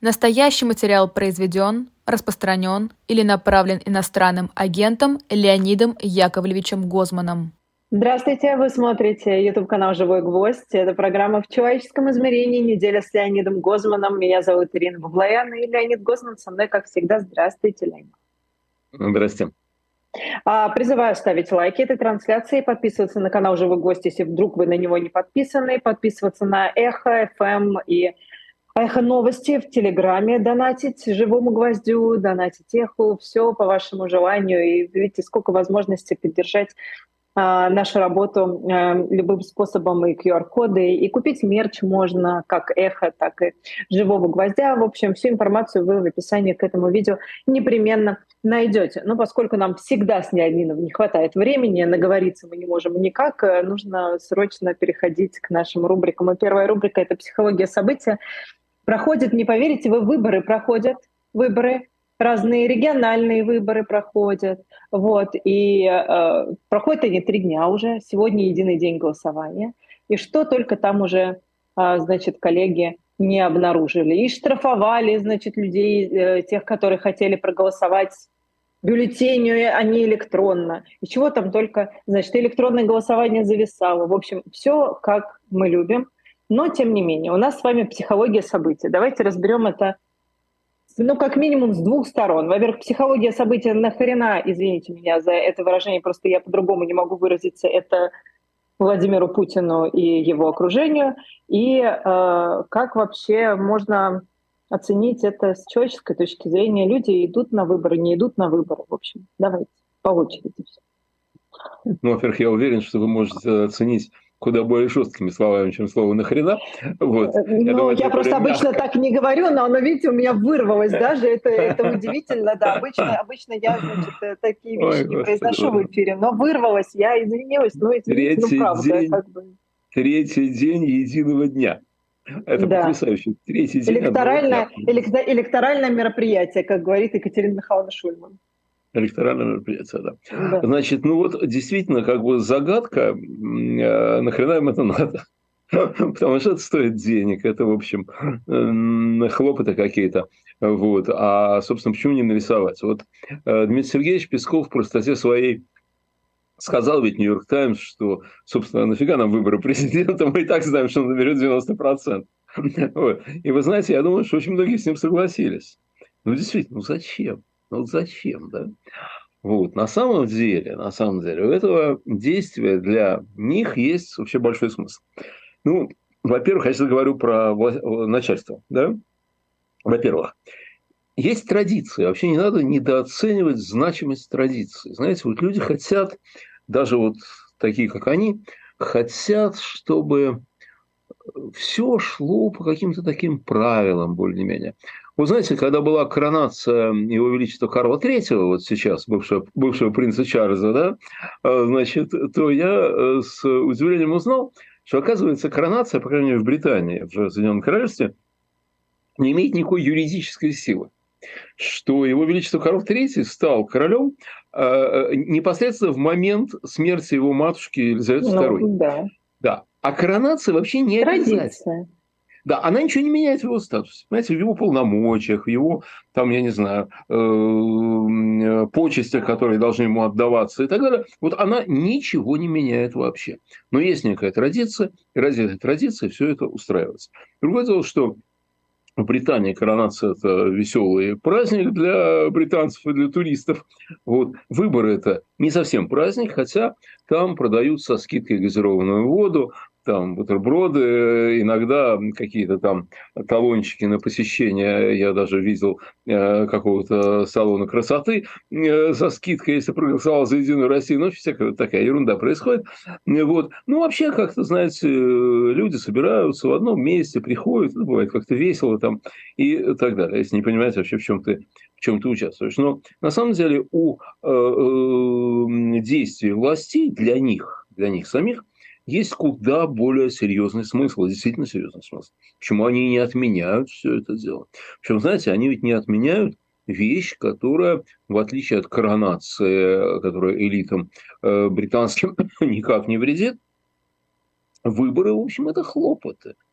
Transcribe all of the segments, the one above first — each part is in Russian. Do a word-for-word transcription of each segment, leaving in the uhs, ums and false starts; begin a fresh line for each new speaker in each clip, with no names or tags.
Настоящий материал произведен, распространен или направлен иностранным агентом Леонидом Яковлевичем Гозманом.
Здравствуйте, вы смотрите YouTube-канал «Живой гвоздь». Это программа «В человеческом измерении. Неделя с Леонидом Гозманом». Меня зовут Ирина Баблоян, и Леонид Гозман со мной, как всегда. Здравствуйте, Леонид.
Здравствуйте.
А, призываю ставить лайки этой трансляции, подписываться на канал «Живой гвоздь», если вдруг вы на него не подписаны, подписываться на Эхо, эф эм и Эхо Новости в Телеграме, донатить Живому гвоздю, донатить Эху, все по вашему желанию. И видите, сколько возможностей поддержать а, нашу работу а, любым способом, и ку ар-коды, и купить мерч можно как Эхо, так и Живого гвоздя. В общем, всю информацию вы в описании к этому видео непременно найдете. Но поскольку нам всегда с Леонидом не хватает времени, наговориться мы не можем никак, нужно срочно переходить к нашим рубрикам. И первая рубрика — это «Психология события». Проходят, не поверите вы, выборы проходят, выборы, разные региональные выборы проходят, вот, и э, проходят они три дня уже, сегодня единый день голосования, и что только там уже, э, значит, коллеги не обнаружили. И штрафовали, значит, людей, э, тех, которые хотели проголосовать бюллетенью, а не электронно. И чего там только, значит, электронное голосование зависало. В общем, все как мы любим. Но, тем не менее, у нас с вами психология событий. Давайте разберем это, ну, как минимум, с двух сторон. Во-первых, психология событий нахрена, извините меня за это выражение, просто я по-другому не могу выразиться, это Владимиру Путину и его окружению. И э, как вообще можно оценить это с человеческой точки зрения? Люди идут на выборы, не идут на выборы. В общем, давайте по очереди все.
Ну, во-первых, я уверен, что вы можете оценить куда более жесткими словами, чем слово «нахрена». Вот.
Ну, я, думаю, я просто обычно мягко. Так не говорю, но оно, видите, у меня вырвалось даже. Это, это удивительно, да. Обычно, обычно я, значит, такие вещи Ой, не Господи, произношу Господи. В эфире, но вырвалось, я извинилась, ну, извините,
третий
ну, правда.
День,
как бы...
Третий день единого дня. Это да. Потрясающе. Третий день
электоральное, электор, электоральное мероприятие, как говорит Екатерина Михайловна Шульман.
Электоральное мероприятие, да. да. Значит, ну вот действительно, как бы загадка, нахрена им это надо? Потому что это стоит денег, это, в общем, хлопоты какие-то. Вот. А, собственно, почему не нарисовать? Вот Дмитрий Сергеевич Песков в простоте своей сказал ведь Нью-Йорк Таймс, что, собственно, нафига нам выборы президента, мы и так знаем, что он наберет девяносто процентов. Вот. И вы знаете, я думаю, что очень многие с ним согласились. Ну, действительно, ну зачем? Ну, зачем, да? Вот. На самом деле, на самом деле, у этого действия для них есть вообще большой смысл. Ну, во-первых, я сейчас говорю про начальство, да? Во-первых, есть традиции. Вообще не надо недооценивать значимость традиций. Знаете, вот люди хотят, даже вот такие, как они, хотят, чтобы все шло по каким-то таким правилам, более-менее. Вы знаете, когда была коронация Его Величества Карла Третьего, вот сейчас, бывшего, бывшего принца Чарльза, да, значит, то я с удивлением узнал, что, оказывается, коронация, по крайней мере, в Британии, в Соединенном Королевстве, не имеет никакой юридической силы. Что Его Величество Карл Третий стал королем э, непосредственно в момент смерти его матушки Елизаветы Второй.
Ну, да.
Да. А коронация вообще не обязательна. Да, она ничего не меняет в его статусе. Понимаете, в его полномочиях, в его, там, я не знаю, э, почестях, которые должны ему отдаваться и так далее. Вот она ничего не меняет вообще. Но есть некая традиция, и ради этой традиции все это устраивается. Другое дело, что в Британии коронация – это веселый праздник для британцев и для туристов. Вот. Выборы – это не совсем праздник, хотя там продают со скидкой газированную воду, там бутерброды, иногда какие-то там талончики на посещение. Я даже видел э, какого-то салона красоты э, со скидкой, если проголосовал за Единую Россию. Ну, всякая такая ерунда происходит. Вот. Ну, вообще, как-то, знаете, люди собираются в одном месте, приходят, это бывает как-то весело там и так далее, если не понимаете вообще, в чем ты, в чем ты участвуешь. Но на самом деле у э, э, действий властей для них, для них самих, есть куда более серьезный смысл, действительно серьезный смысл. Почему они не отменяют все это дело? Причем, знаете, они ведь не отменяют вещь, которая, в отличие от коронации, которая элитам э, британским никак не вредит, выборы, в общем, это хлопоты.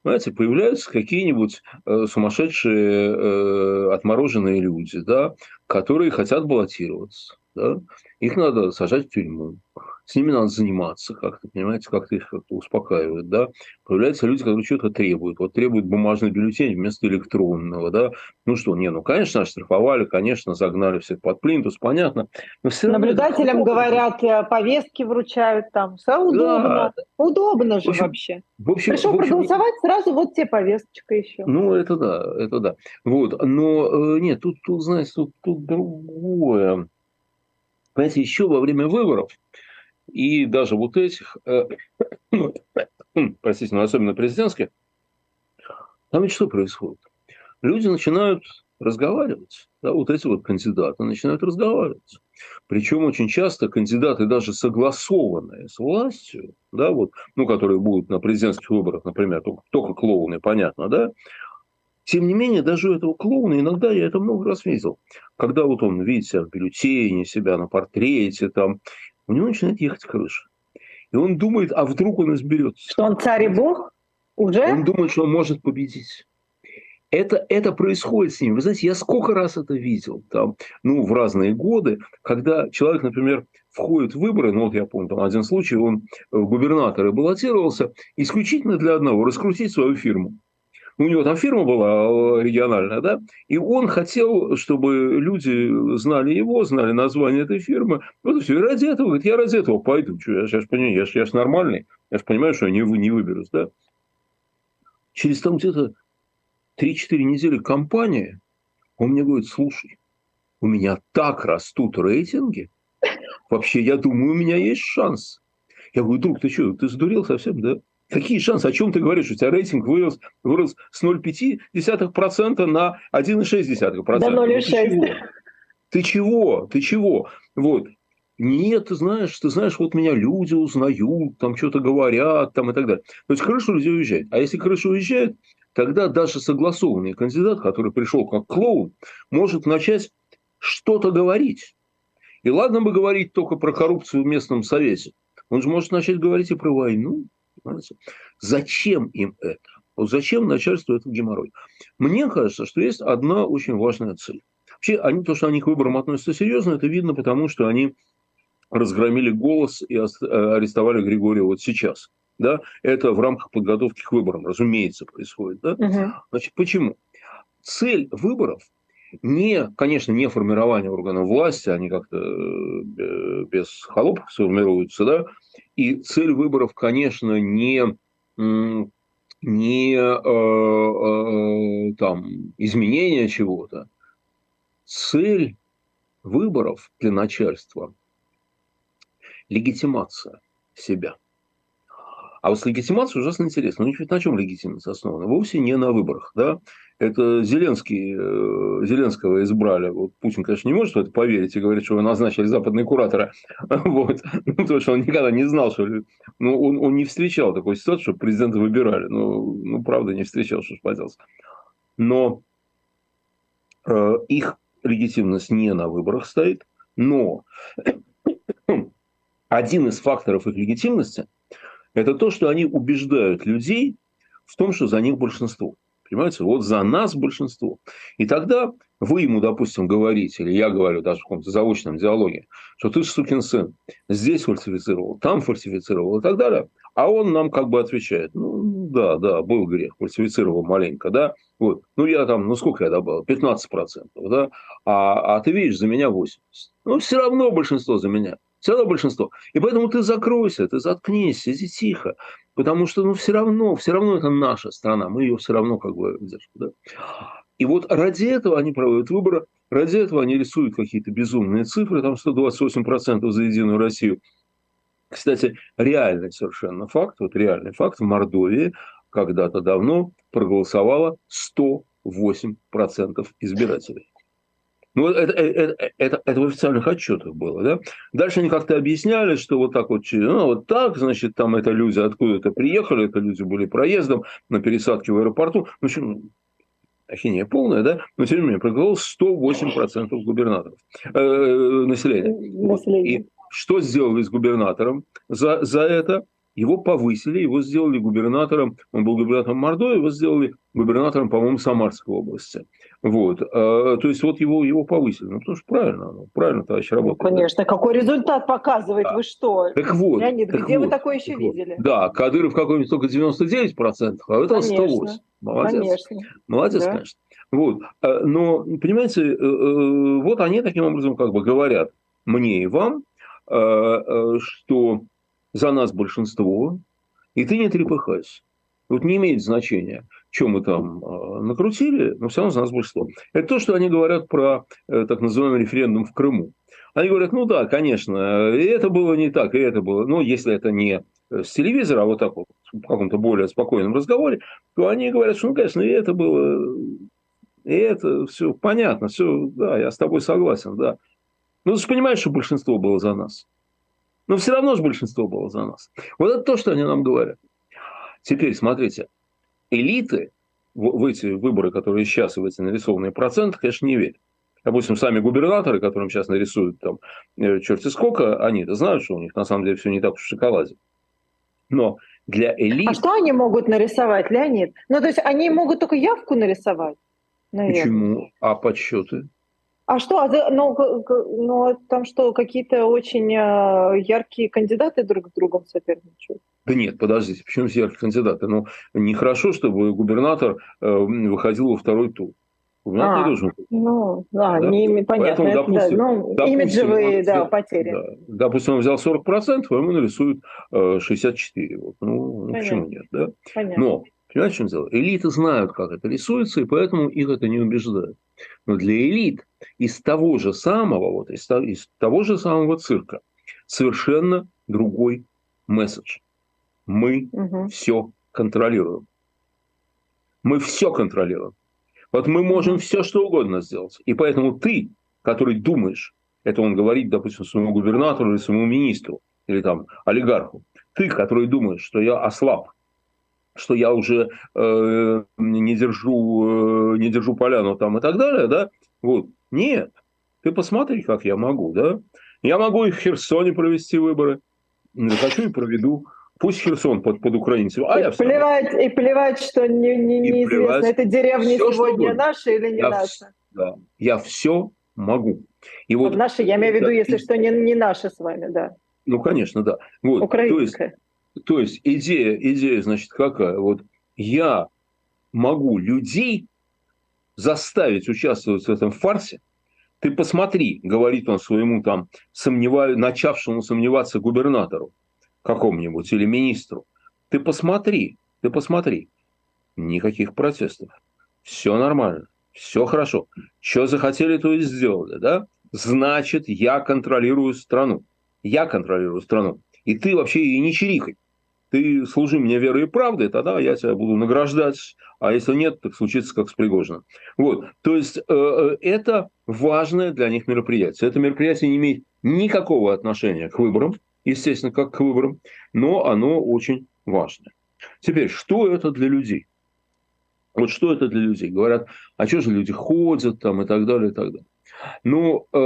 Знаете, появляются какие-нибудь э, сумасшедшие, э, отмороженные люди, да, которые хотят баллотироваться. Да? Их надо сажать в тюрьму. С ними надо заниматься как-то, понимаете, как-то их как-то успокаивают, да. Появляются люди, которые что-то требуют. Вот требуют бумажный бюллетень вместо электронного, да. Ну что, не, ну, конечно, оштрафовали, конечно, загнали всех под плинтус, понятно. Но все равно
Наблюдателям говорят, э, повестки вручают там. Все
да.
удобно. Удобно
В
же
общем,
вообще.
в общем,
Пришел
в общем,
проголосовать, сразу вот тебе повесточка еще.
ну, это да, это да. Вот, но э, нет, тут, тут, знаете, тут, тут другое. Понимаете, еще во время выборов и даже вот этих, э, ну, простите, но особенно президентских, там ведь что происходит? Люди начинают разговаривать, да, вот эти вот кандидаты начинают разговаривать. Причем очень часто кандидаты, даже согласованные с властью, да, вот, ну, которые будут на президентских выборах, например, только, только клоуны, понятно, да, тем не менее, даже у этого клоуна иногда я это много раз видел. Когда вот он видит себя в бюллетене, себя на портрете, там, у него начинает ехать крыша. И он думает, а вдруг он изберется.
Что он царь и бог? Уже?
Он думает, что он может победить. Это, это происходит с ним. Вы знаете, я сколько раз это видел, там, ну, в разные годы, когда человек, например, входит в выборы, ну, вот я помню, там один случай, он в губернаторы баллотировался исключительно для одного – раскрутить свою фирму. У него там фирма была региональная, да, и он хотел, чтобы люди знали его, знали название этой фирмы. Вот и все. И ради этого, говорит, я ради этого пойду. Что, я же понимаю, я же, я же нормальный, я же понимаю, что я не, не выберусь, да. Через там где-то три-четыре недели кампании он мне говорит, слушай, у меня так растут рейтинги, вообще, я думаю, у меня есть шанс. Я говорю, друг, ты что, ты сдурел совсем, да? Какие шансы? О чем ты говоришь? У тебя рейтинг вырос, вырос с ноль целых пять десятых процента на один целых шесть десятых процента.
До ноль целых шесть десятых.
Ты чего? Ты чего? Вот. Нет, ты знаешь, ты знаешь, вот меня люди узнают, там что-то говорят, там и так далее. То есть крыша у людей уезжает. А если крыша уезжает, тогда даже согласованный кандидат, который пришел как клоун, может начать что-то говорить. И ладно бы говорить только про коррупцию в местном совете. Он же может начать говорить и про войну. Понимаете? Зачем им это? Вот зачем начальству этот геморрой? Мне кажется, что есть одна очень важная цель. Вообще, они, то, что они к выборам относятся серьезно, это видно потому, что они разгромили «Голос» и арестовали Григория вот сейчас. Да? Это в рамках подготовки к выборам, разумеется, происходит. Да?
Угу.
Значит, почему? Цель выборов не, конечно, не формирование органов власти, они как-то без холопов сформируются, да, и цель выборов, конечно, не, не э, э, там, изменение чего-то. Цель выборов для начальства – легитимация себя. А вот с легитимацией ужасно интересно. Ну, на чем легитимность основана? Вовсе не на выборах. Да? Это Зеленский, Зеленского избрали. Вот Путин, конечно, не может в это поверить и говорит, что его назначили западные кураторы. Вот. Ну, потому что он никогда не знал, что... Ну, он, он не встречал такой ситуации, чтобы президента выбирали. Ну, ну правда, не встречал, что ж поделать. Но э, их легитимность не на выборах стоит. Но один из факторов их легитимности – это то, что они убеждают людей в том, что за них большинство. Понимаете, вот за нас большинство. И тогда вы ему, допустим, говорите, или я говорю даже в каком-то заочном диалоге, что ты же сукин сын, здесь фальсифицировал, там фальсифицировал и так далее. А он нам как бы отвечает, ну да, да, был грех, фальсифицировал маленько, да. Вот. Ну я там, ну сколько я добавил? пятнадцать процентов, да. А, а ты видишь, за меня восемьдесят процентов. Ну все равно большинство за меня. Все равно большинство. И поэтому ты закройся, ты заткнись, сиди тихо. Потому что, ну, все равно, все равно это наша страна. Мы ее все равно как бы держим. Да? И вот ради этого они проводят выборы, ради этого они рисуют какие-то безумные цифры, там сто двадцать восемь процентов за Единую Россию. Кстати, реальный совершенно факт, вот реальный факт, в Мордовии когда-то давно проголосовало сто восемь процентов избирателей. Ну, это, это, это, это в официальных отчетах было, да? Дальше они как-то объясняли, что вот так вот, ну, вот так, значит, там это люди откуда-то приехали, это люди были проездом на пересадке в аэропорту. В общем, ахинея полная, да? Но тем не менее, проголосовало сто восемь процентов губернаторов, э, населения.
Население.
И что сделали с губернатором за, за это? его повысили, его сделали губернатором, он был губернатором Мордовии, его сделали губернатором, по-моему, Самарской области. Вот. То есть, вот его, его повысили. Ну, потому что правильно, ну, правильно, товарищ, работает.
Ну, конечно. Да? Какой результат показывает? Да. Вы что?
Так вот.
Леонид,
так
где
вот,
вы такое еще видели?
Вот. Да, Кадыров какой-нибудь только девяносто девять процентов, а это сто восемь процентов. Молодец.
Конечно.
Молодец, да. конечно. Вот. Но, понимаете, вот они таким образом как бы говорят мне и вам, что за нас большинство, и ты не трепыхайся. Вот не имеет значения, что мы там накрутили, но все равно за нас большинство. Это то, что они говорят про так называемый референдум в Крыму. Они говорят, ну да, конечно, и это было не так, и это было. Но если это не с телевизора, а вот так вот, в каком-то более спокойном разговоре, то они говорят, что, ну, конечно, и это было, и это все понятно, все, да, я с тобой согласен, да. Ну, ты же понимаешь, что большинство было за нас. Но все равно же большинство было за нас. Вот это то, что они нам говорят. Теперь, смотрите, элиты в, в эти выборы, которые сейчас, в эти нарисованные проценты, конечно, не верят. Допустим, сами губернаторы, которым сейчас нарисуют там черти сколько, они-то знают, что у них на самом деле все не так уж в шоколаде. Но для элит...
А что они могут нарисовать, Леонид? Ну, то есть они могут только явку нарисовать, наверное.
Почему? А подсчеты?
А что? Ну, ну, там что, какие-то очень яркие кандидаты друг с другом соперничают?
Да нет, подождите, почему все яркие кандидаты? Ну, нехорошо, чтобы губернатор выходил во второй тур. Губернатор
а,
не должен.
Ну, да, да? Не, понятно.
Поэтому,
это,
допустим,
да, ну,
допустим,
имиджевые да,
взял,
потери.
Да, допустим, он взял сорок процентов, а ему нарисуют шестьдесят четыре процента. Вот. Ну, ну почему нет? Да? Но, понимаете, в чем дело? Элиты знают, как это рисуется, и поэтому их это не убеждает. Но для элит из того же самого, вот, из, того, из того же самого цирка совершенно другой месседж. Мы угу. все контролируем. Мы все контролируем. Вот мы можем все, что угодно сделать. И поэтому ты, который думаешь, это он говорит, допустим, своему губернатору или своему министру, или там олигарху, ты, который думаешь, что я ослаб, что я уже э, не, держу, э, не держу поляну там и так далее, да, вот, нет, ты посмотри, как я могу, да, я могу и в Херсоне провести выборы, захочу и проведу. Пусть Херсон под, под украинцев. А
и, плевать, и плевать, что не, не, неизвестно, это деревня все, сегодня наша или не
я
наша.
В, да, я все могу. И
вот,
вот,
наши, я имею в виду, если что, не, не наши с вами, да.
Ну, конечно, да. Вот,
украинская.
То есть, то есть идея, идея, значит, какая? Вот я могу людей заставить участвовать в этом фарсе. Ты посмотри, говорит он своему там сомневаю, начавшему сомневаться губернатору какому-нибудь или министру. Ты посмотри, ты посмотри. Никаких протестов. Все нормально. Все хорошо. Что захотели, то и сделали, да? Значит, я контролирую страну. Я контролирую страну. И ты вообще и не чирикай. Ты служи мне верой и правдой, тогда я тебя буду награждать. А если нет, так случится как с Пригожиным. Вот. То есть, э, это важное для них мероприятие. Это мероприятие не имеет никакого отношения к выборам, естественно, как к выборам, но оно очень важное. Теперь, что это для людей? Вот что это для людей? Говорят, а что же люди ходят там и так далее, и так далее. Ну, э,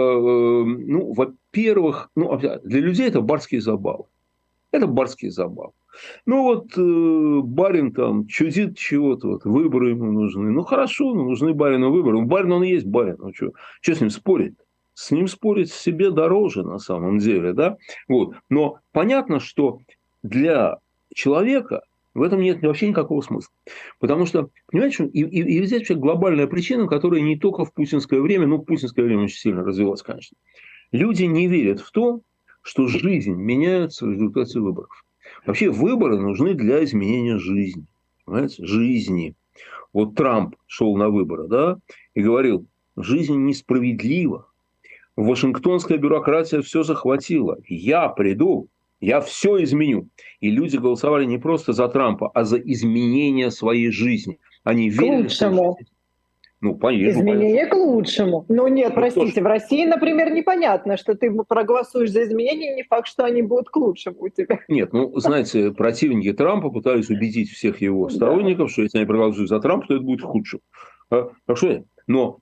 ну во-первых, ну, для людей это барские забавы. Это барские забавы. Ну, вот э, барин там чудит чего-то, вот, выборы ему нужны. Ну, хорошо, ну, нужны барину выборы. Барин, он и есть барин. Ну, что, что с ним спорить? С ним спорить себе дороже на самом деле, да? Вот. Но понятно, что для человека в этом нет вообще никакого смысла. Потому что, понимаете, и, и, и здесь вообще глобальная причина, которая не только в путинское время, ну, в путинское время очень сильно развилась, конечно. Люди не верят в то, что жизнь меняется в результате выборов. Вообще выборы нужны для изменения жизни. Понимаете? Жизни. Вот Трамп шел на выборы, да, и говорил, жизнь несправедлива. Вашингтонская бюрократия все захватила. Я приду, я все изменю. И люди голосовали не просто за Трампа, а за изменение своей жизни. Они верили,
к лучшему.
Что... Ну, понятно,
изменение
понятно.
к лучшему. Ну нет,
ну,
простите,
тоже.
В России, например, непонятно, что ты проголосуешь за изменения, не факт, что они будут к лучшему у тебя.
Нет, ну, знаете, противники Трампа пытались убедить всех его сторонников, да. что если они проголосуют за Трампа, то это будет худшим. Хорошо? Но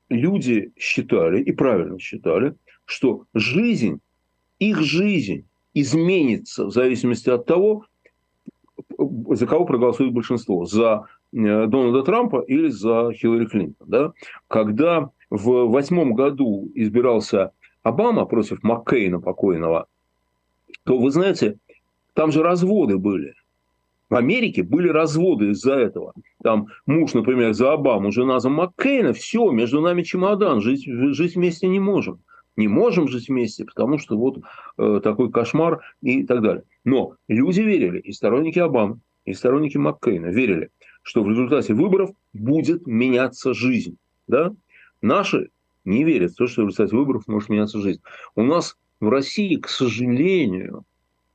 люди считали, и правильно считали, что жизнь, их жизнь изменится в зависимости от того, за кого проголосует большинство, за Дональда Трампа или за Хиллари Клинтон. Да? Когда в восьмом году избирался Обама против Маккейна покойного, то, вы знаете, там же разводы были. В Америке были разводы из-за этого. Там муж, например, за Обаму, жена за Маккейна, все, между нами чемодан, жить, жить вместе не можем. Не можем жить вместе, потому что вот э, такой кошмар и так далее. Но люди верили, и сторонники Обамы, и сторонники Маккейна верили, что в результате выборов будет меняться жизнь. Да? Наши не верят в то, что в результате выборов может меняться жизнь. У нас в России, к сожалению,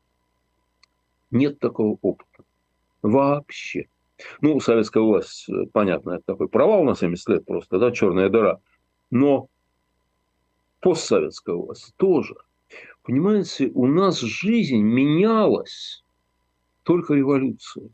нет такого опыта. Вообще. Ну, советская власть, понятно, это такой провал на семьдесят лет просто, да, черная дыра. Но постсоветская власть тоже. Понимаете, у нас жизнь менялась только революцией.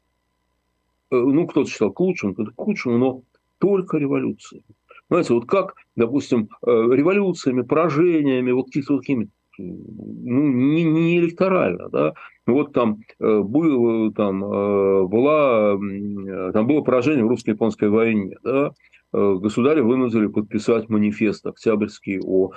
Ну, кто-то считал к лучшему, кто-то к худшему, но только революцией. Знаете, вот как, допустим, революциями, поражениями, вот какими-то такими, ну, не, не электорально, да, вот там, был, там, была, там было поражение в русско-японской войне, да, государя вынудили подписать манифест Октябрьский о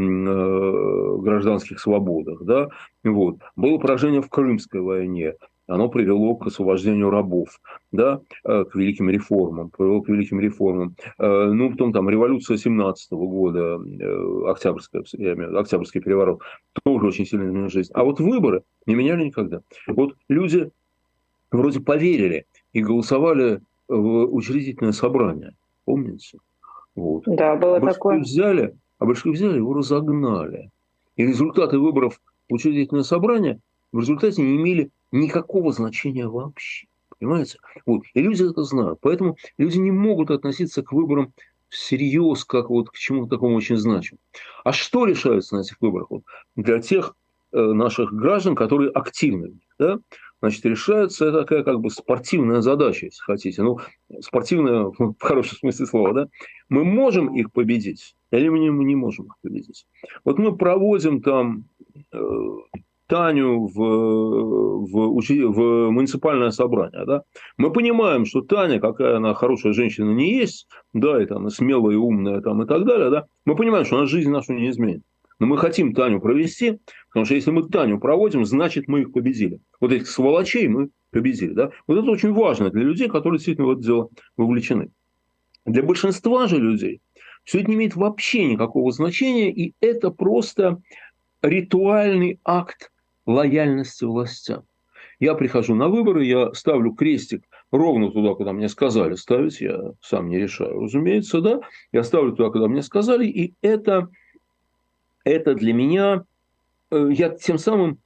гражданских свободах, да, вот. Было поражение в Крымской войне, оно привело к освобождению рабов, да, к великим реформам, привело к великим реформам. Ну, потом там революция семнадцатого года, Октябрьская, я имею в виду, Октябрьский переворот, тоже очень сильно изменил жизнь. А вот выборы не меняли никогда. Вот люди вроде поверили и голосовали в учредительное собрание, помните? Вот.
Да, было
а
такое.
Взяли, а большевики взяли, его разогнали. И результаты выборов в учредительное собрание в результате не имели никакого значения вообще. Понимаете? Вот. И люди это знают. Поэтому люди не могут относиться к выборам всерьез, как вот к чему-то такому очень значимому. А что решается на этих выборах? Вот для тех э, наших граждан, которые активны в них, да? Значит, решается это такая как бы спортивная задача, если хотите. Ну, спортивная в хорошем смысле слова, да? Мы можем их победить, или мы не, мы не можем их победить. Вот мы проводим там э, Таню в, в, в муниципальное собрание, да? Мы понимаем, что Таня, какая она хорошая женщина не есть, да, и там и смелая, и умная, там, и так далее, да? Мы понимаем, что она жизнь нашу не изменит. Но мы хотим Таню провести, потому что если мы Таню проводим, значит, мы их победили. Вот этих сволочей мы победили, да? Вот это очень важно для людей, которые действительно в это дело вовлечены. Для большинства же людей все это не имеет вообще никакого значения, и это просто ритуальный акт лояльности властям. Я прихожу на выборы, я ставлю крестик ровно туда, куда мне сказали ставить, я сам не решаю, разумеется, да, я ставлю туда, куда мне сказали, и это, это для меня, я тем самым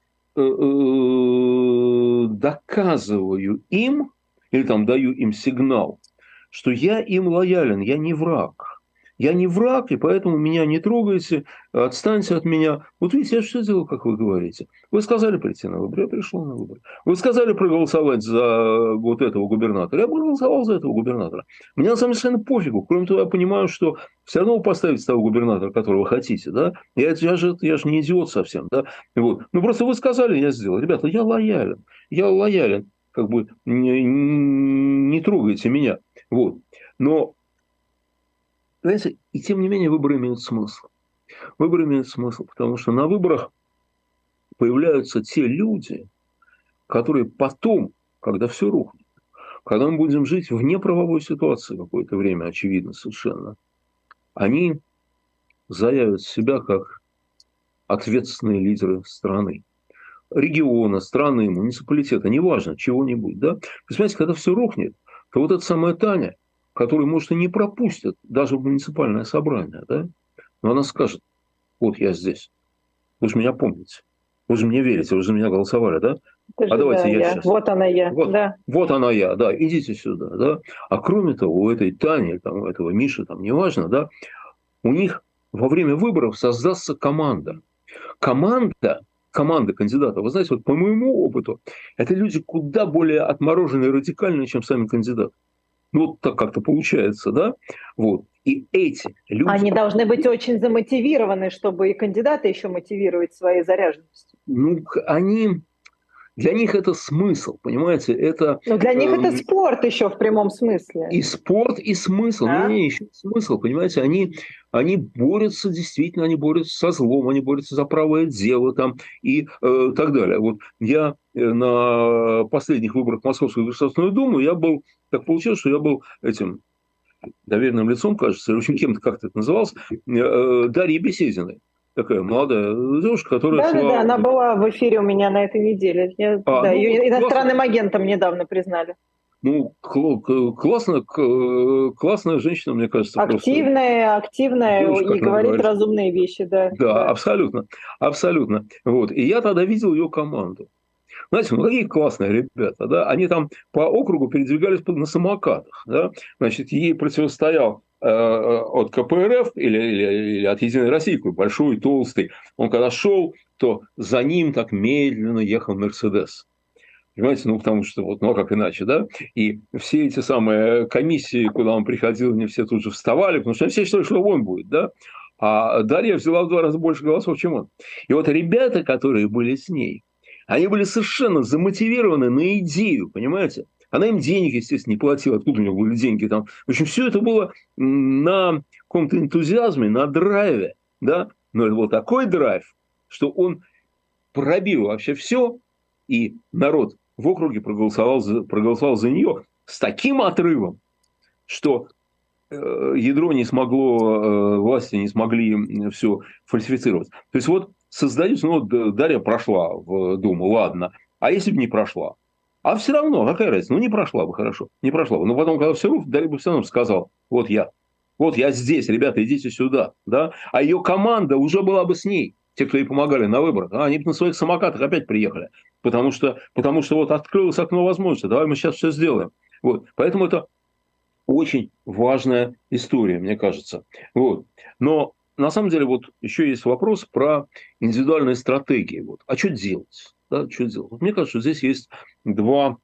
доказываю им, или там даю им сигнал, что я им лоялен, я не враг. Я не враг, и поэтому меня не трогайте, отстаньте от меня. Вот видите, я все делал, как вы говорите. Вы сказали прийти на выборы, я пришел на выборы. Вы сказали проголосовать за вот этого губернатора, я проголосовал за этого губернатора. Мне на самом деле совершенно пофигу. Кроме того, я понимаю, что все равно вы поставите того губернатора, которого вы хотите. Да? Я, я, же, я же не идиот совсем. Да? Вот. Ну, просто вы сказали, я сделал. Ребята, я лоялен. Я лоялен. Как бы не, не трогайте меня. Вот. Но знаете, и тем не менее выборы имеют смысл. Выборы имеют смысл, потому что на выборах появляются те люди, которые потом, когда все рухнет, когда мы будем жить в неправовой ситуации какое-то время, очевидно, совершенно, они заявят себя как ответственные лидеры страны. Региона, страны, муниципалитета, неважно, чего-нибудь. Да? Понимаете, когда все рухнет, то вот эта самая Таня, которую, может, и не пропустят даже в муниципальное собрание, да? Но она скажет, вот я здесь, вы же меня помните, вы же мне верите, вы же за меня голосовали, да?
Ты
а давайте
да,
я,
я
сейчас.
Вот она я,
вот,
да.
Вот она я, да, идите сюда, да? А кроме того, у этой Тани, там, у этого Миши, там, неважно, да, у них во время выборов создастся команда. Команда, команда кандидатов, вы знаете, вот по моему опыту, это люди куда более отмороженные и радикальные, чем сами кандидаты. Ну, вот так как-то получается, да? Вот. И эти люди...
Они должны быть очень замотивированы, чтобы и кандидаты еще мотивировать своей заряженностью.
ну, они, для них это смысл, понимаете, это...
Но для них это
эм,
спорт еще в прямом смысле.
И спорт, и смысл.
Да?
Не-не, еще смысл, понимаете, они, они борются, действительно, они борются со злом, они борются за правое дело там и э, так далее. Вот я э, на последних выборах в Московскую Государственную Думу, я был, так получилось, что я был этим доверенным лицом, кажется, или в общем, кем-то как-то это называлось, э, Дарья Бесединой. Такая молодая девушка, которая
Да-да-да,
шла...
она была в эфире у меня на этой неделе. Я,
А,
да,
ну вот
ее
классно.
иностранным агентом недавно признали.
Ну, классно, классная женщина, мне кажется, просто
Активная, активная
девушка,
и
как надо
говорит
говорить.
разумные вещи, да,
Да,
да.
абсолютно, абсолютно. Вот. И я тогда видел ее команду. Знаете, ну какие классные ребята, да? Они там по округу передвигались на самокатах, да? Значит, ей противостоял э, от ка пэ эр эф или, или, или от Единой России, такой большой, толстый. Он когда шел, то за ним так медленно ехал Мерседес. Понимаете, ну потому что вот, ну а как иначе, да? И все эти самые комиссии, куда он приходил, не все тут же вставали, потому что все считали, что он будет, да? А Дарья взяла в два раза больше голосов, чем он. И вот ребята, которые были с ней, они были совершенно замотивированы на идею, понимаете? Она им денег, естественно, не платила. Откуда у нее были деньги там? В общем, все это было на каком-то энтузиазме, на драйве, да? Но это был такой драйв, что он пробил вообще все, и народ в округе проголосовал за, проголосовал за нее с таким отрывом, что э, ядро не смогло, э, власти не смогли все фальсифицировать. То есть вот создаются, ну вот Дарья прошла в Думу, ладно, а если бы не прошла? А все равно, какая разница? Ну, не прошла бы, хорошо, не прошла бы. Но потом, когда все равно, Дарья бы все равно сказал, вот я, вот я здесь, ребята, идите сюда, да? А ее команда уже была бы с ней, те, кто ей помогали на выборах, а они бы на своих самокатах опять приехали, потому что, потому что вот открылось окно возможности, давай мы сейчас все сделаем. Вот. Поэтому это очень важная история, мне кажется. Вот. Но на самом деле вот еще есть вопрос про индивидуальные стратегии. Вот. А что делать? Да, что делать? Вот мне кажется, что здесь есть два,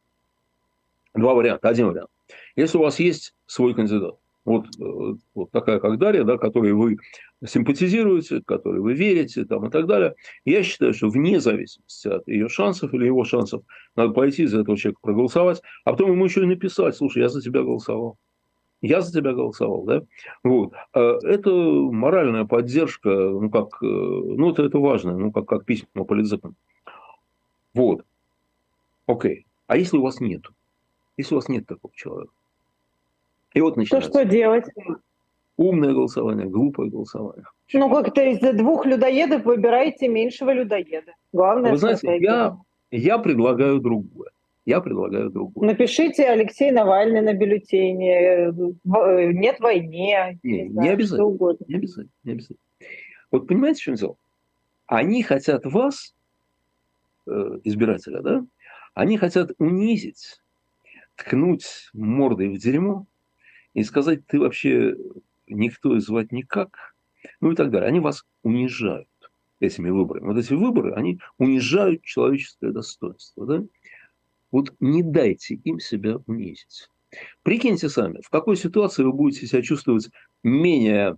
два варианта. Один вариант. Если у вас есть свой кандидат, вот, вот такая, как Дарья, да, которой вы симпатизируете, которой вы верите там, и так далее, я считаю, что вне зависимости от ее шансов или его шансов надо пойти за этого человека проголосовать, а потом ему еще и написать, слушай, я за тебя голосовал. Я за тебя голосовал, да? Вот. Это моральная поддержка, ну, как, ну, это, это важно, ну, как, как письма политзакам. Вот. Окей. А если у вас нет? Если у вас нет такого человека? И вот
То что
начинается.
делать?
Умное голосование, глупое голосование.
Ну, как-то из двух людоедов выбираете меньшего людоеда. Главная
Вы знаете,
стратегия.
я, я предлагаю другое. Я предлагаю другое.
Напишите Алексей Навальный на бюллетене, нет войне,
Не,
не
не
знаю, что
обязательно.
угодно.
Не обязательно. Не обязательно. Вот понимаете, в чем дело? Они хотят вас, избирателя, да? Они хотят унизить, ткнуть мордой в дерьмо и сказать, ты вообще никто и звать никак, ну и так далее. Они вас унижают этими выборами. Вот эти выборы, они унижают человеческое достоинство. Да? Вот не дайте им себя унизить. Прикиньте сами, в какой ситуации вы будете себя чувствовать менее,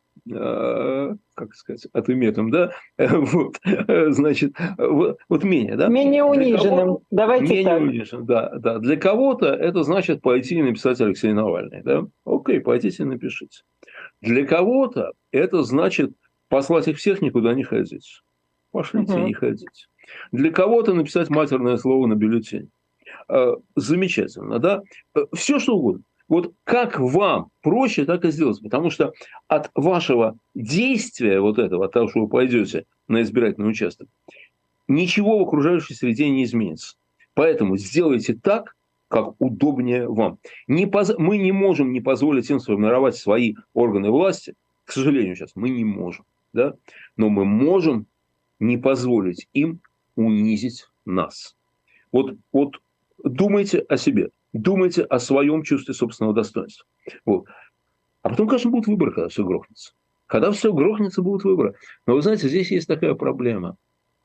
э, как сказать, отыметым, да, вот, значит, вот, вот менее, да.
Менее униженным. Давайте
менее
так.
унижен, да, да. Для кого-то это значит пойти и написать Алексей Навальный, да. Окей, пойдите и напишите. Для кого-то это значит послать их всех никуда не ходить. Пошлите и не ходите. Для кого-то написать матерное слово на бюллетене. Замечательно, да? Все что угодно. Вот как вам проще, так и сделать. Потому что от вашего действия вот этого, от того, что вы пойдете на избирательный участок, ничего в окружающей среде не изменится. Поэтому сделайте так, как удобнее вам. Не поз... Мы не можем не позволить им сформировать свои органы власти. К сожалению, сейчас мы не можем. Да? Но мы можем не позволить им унизить нас. Вот, вот думайте о себе. Думайте о своем чувстве собственного достоинства. Вот. А потом, конечно, будут выборы, когда все грохнется. Когда все грохнется, будут выборы. Но вы знаете, здесь есть такая проблема.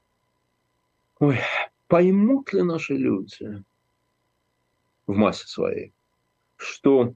Ой, поймут ли наши люди в массе своей, что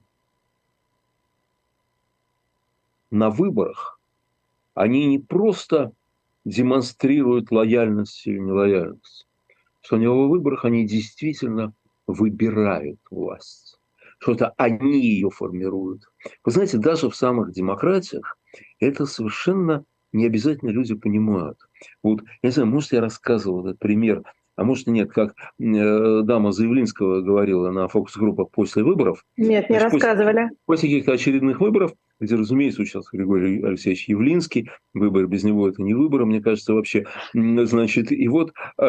на выборах они не просто демонстрируют лояльность или нелояльность. Что на выборах они действительно выбирают власть. Что это они ее формируют. Вы знаете, даже в самых демократиях это совершенно не обязательно люди понимают. Вот, я не знаю, может, я рассказывал этот пример, а может и нет, как э, дама Заявлинского говорила на фокус-группах после выборов.
Нет, не
Значит,
рассказывали.
После, после каких-то очередных выборов, где, разумеется, участвовал Григорий Алексеевич Явлинский, выбор без него это не выбор, мне кажется, вообще. Значит, и вот э,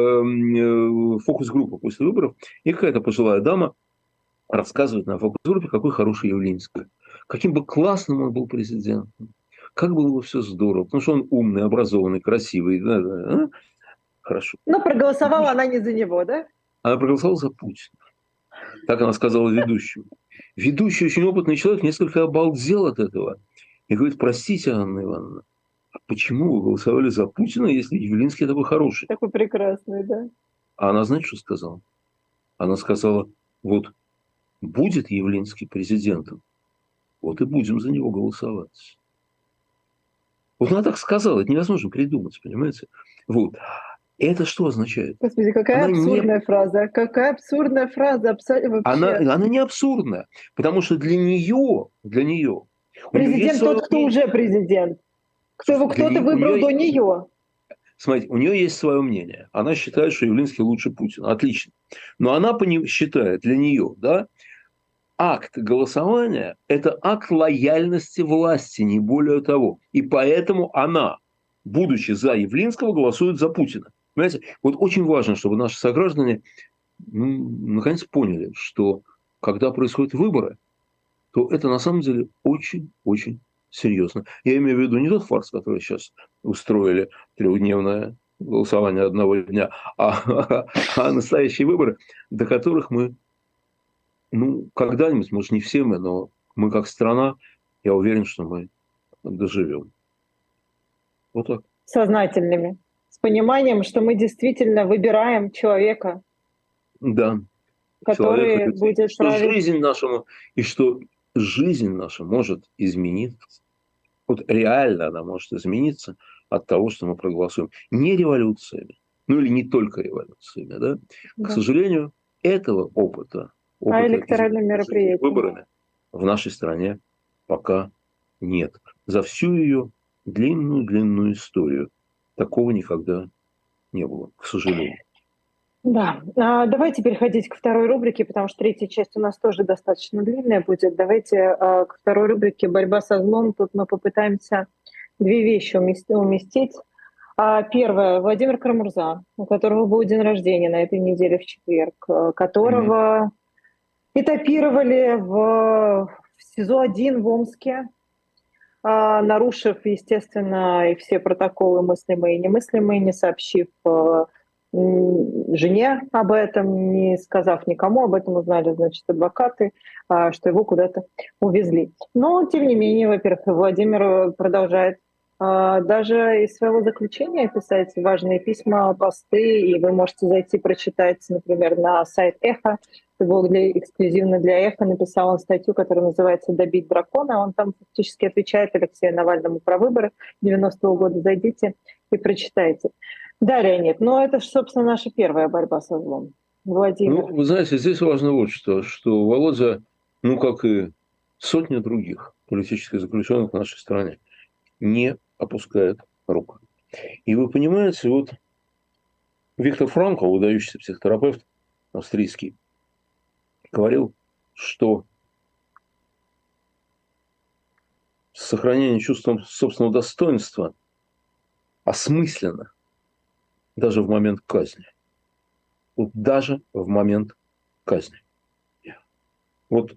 э, фокус-группа после выборов, и какая-то пожилая дама рассказывает на фокус-группе, какой хороший Явлинский. Каким бы классным он был президентом. Как было бы все здорово. Потому что он умный, образованный, красивый. Да, да, хорошо.
Но проголосовала она не за него, да?
Она проголосовала за Путина. Так она сказала ведущему. Ведущий, очень опытный человек, несколько обалдел от этого. И говорит, простите, Анна Ивановна, а почему вы голосовали за Путина, если Явлинский такой хороший?
Такой прекрасный, да.
А она, знаете, что сказала? Она сказала, вот будет Явлинский президентом, вот и будем за него голосовать. Вот она так сказала, это невозможно придумать, понимаете? Вот. Это что означает?
Господи, какая
она
абсурдная
не...
фраза. Какая абсурдная фраза вообще.
Она, она не абсурдная, потому что для нее, для нее...
Президент тот, кто уже президент. Кто его кто-то выбрал до нее.
Смотрите, у нее есть свое мнение. Она считает, что Явлинский лучше Путина. Отлично. Но она считает для нее, да, акт голосования – это акт лояльности власти, не более того. И поэтому она, будучи за Явлинского, голосует за Путина. Понимаете? Вот очень важно, чтобы наши сограждане ну, наконец поняли, что когда происходят выборы, то это на самом деле очень-очень серьезно. Я имею в виду не тот фарс, который сейчас устроили, трехдневное голосование одного дня, а, а настоящие выборы, до которых мы, ну, когда-нибудь, может, не все мы, но мы как страна, я уверен, что мы доживем. Вот так.
Сознательными. С пониманием, что мы действительно выбираем человека.
Да.
Который
Человека,
будет
что
править.
жизнь наша, и что жизнь наша может измениться. Вот реально она может измениться от того, что мы проголосуем. Не революциями, ну или не только революциями, да?
Да.
К сожалению, этого опыта, опыта
а электоральным мероприятием
выборами в нашей стране пока нет. За всю ее длинную-длинную историю такого никогда не было, к сожалению.
Да, а, давайте переходить ко второй рубрике, потому что третья часть у нас тоже достаточно длинная будет. Давайте а, к второй рубрике «Борьба со злом». Тут мы попытаемся две вещи уместить. А, первое. Владимир Карамурза, у которого был день рождения на этой неделе в четверг, которого mm-hmm. этапировали в, в СИЗО один в Омске, а, нарушив, естественно, и все протоколы мыслимые и немыслимые, не сообщив жене об этом, не сказав никому, об этом узнали, значит, адвокаты, что его куда-то увезли. Но, тем не менее, во-первых, Владимир продолжает даже из своего заключения писать важные письма, посты, и вы можете зайти прочитать, например, на сайт «Эхо». Это было для, эксклюзивно для «Эхо». Написал он статью, которая называется «Добить дракона». Он там фактически отвечает Алексею Навальному про выборы девяностого года. Зайдите и прочитайте. Да, Леонид, но это же, собственно, наша первая борьба со злом. Владимир.
Ну, вы знаете, здесь важно вот что, что Володя, ну, как и сотни других политических заключенных в нашей стране, не опускает рук. И вы понимаете, вот Виктор Франкл, выдающийся психотерапевт австрийский, говорил, что сохранение чувства собственного достоинства осмысленно даже в момент казни. Вот даже в момент казни. Вот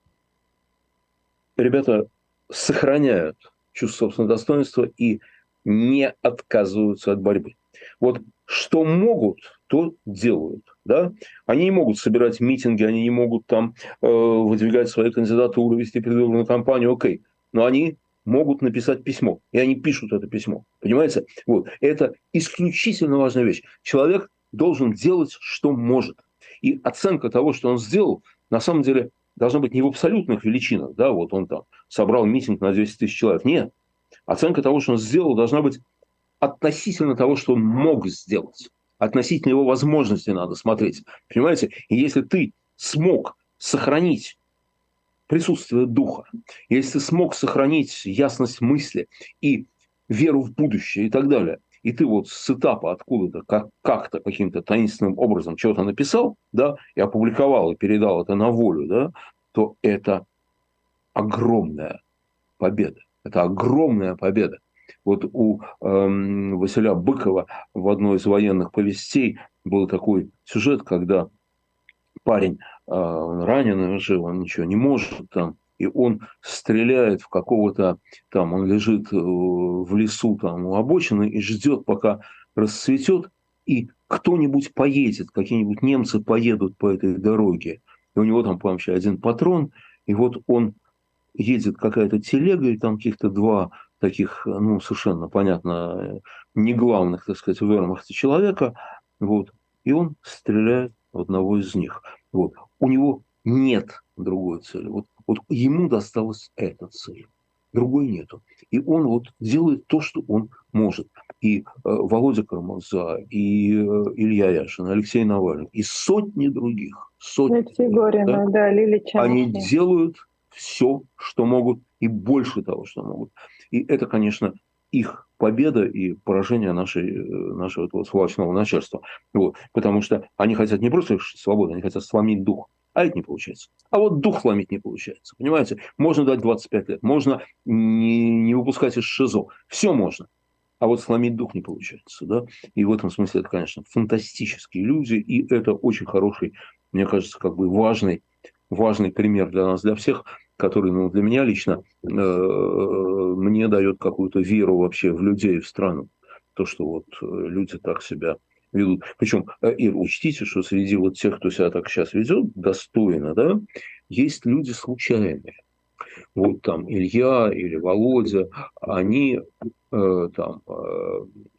ребята сохраняют чувство собственного достоинства и не отказываются от борьбы. Вот что могут, то делают. Да? Они не могут собирать митинги, они не могут там э, выдвигать свои кандидатуры, вести предвыборную кампанию, окей. Но они могут написать письмо. И они пишут это письмо. Понимаете? Вот. Это исключительно важная вещь. Человек должен делать, что может. И оценка того, что он сделал, на самом деле должна быть не в абсолютных величинах. Да, вот он там собрал митинг на двести тысяч человек. Нет. Оценка того, что он сделал, должна быть относительно того, что он мог сделать. Относительно его возможностей надо смотреть. Понимаете? И если ты смог сохранить присутствие духа, если ты смог сохранить ясность мысли и веру в будущее и так далее, и ты вот с этапа откуда-то как- как-то каким-то таинственным образом что-то написал, да, и опубликовал, и передал это на волю, да, то это огромная победа. Это огромная победа. Вот у эм, Василя Быкова в одной из военных повестей был такой сюжет, когда парень э, он раненый уже, он ничего не может там, и он стреляет в какого-то там, он лежит э, в лесу там у обочины и ждет, пока расцветет, и кто-нибудь поедет, какие-нибудь немцы поедут по этой дороге, и у него там, по-моему, еще один патрон, и вот он едет какая-то телега, и там каких-то два таких, ну, совершенно понятно, не главных, так сказать, в вермахте человека, вот, и он стреляет в одного из них. Вот. У него нет другой цели. Вот, вот ему досталась эта цель. Другой нету. И он вот делает то, что он может. И э, Володя Кармаза, и э, Илья Яшин, Алексей Навальный, и сотни других, сотни
Алексей
других, да,
Горина, да, Лилия
они
Чанчи.
делают все, что могут, и больше того, что могут. И это, конечно, их победа и поражение нашей, нашего этого сволочного начальства. Вот. Потому что они хотят не просто свободы, они хотят сломить дух. А это не получается. А вот дух сломить не получается. Понимаете? Можно дать двадцать пять лет. Можно не, не выпускать из ШИЗО. Все можно. А вот сломить дух не получается. Да? И в этом смысле это, конечно, фантастические люди. И это очень хороший, мне кажется, как бы важный, важный пример для нас, для всех, который, ну, для меня лично, э, мне дает какую-то веру вообще в людей, в страну. То, что вот люди так себя ведут. Причем, Ир, учтите, что среди вот тех, кто себя так сейчас ведет, достойно, да, есть люди случайные. Вот там Илья или Володя, они э, там... Э,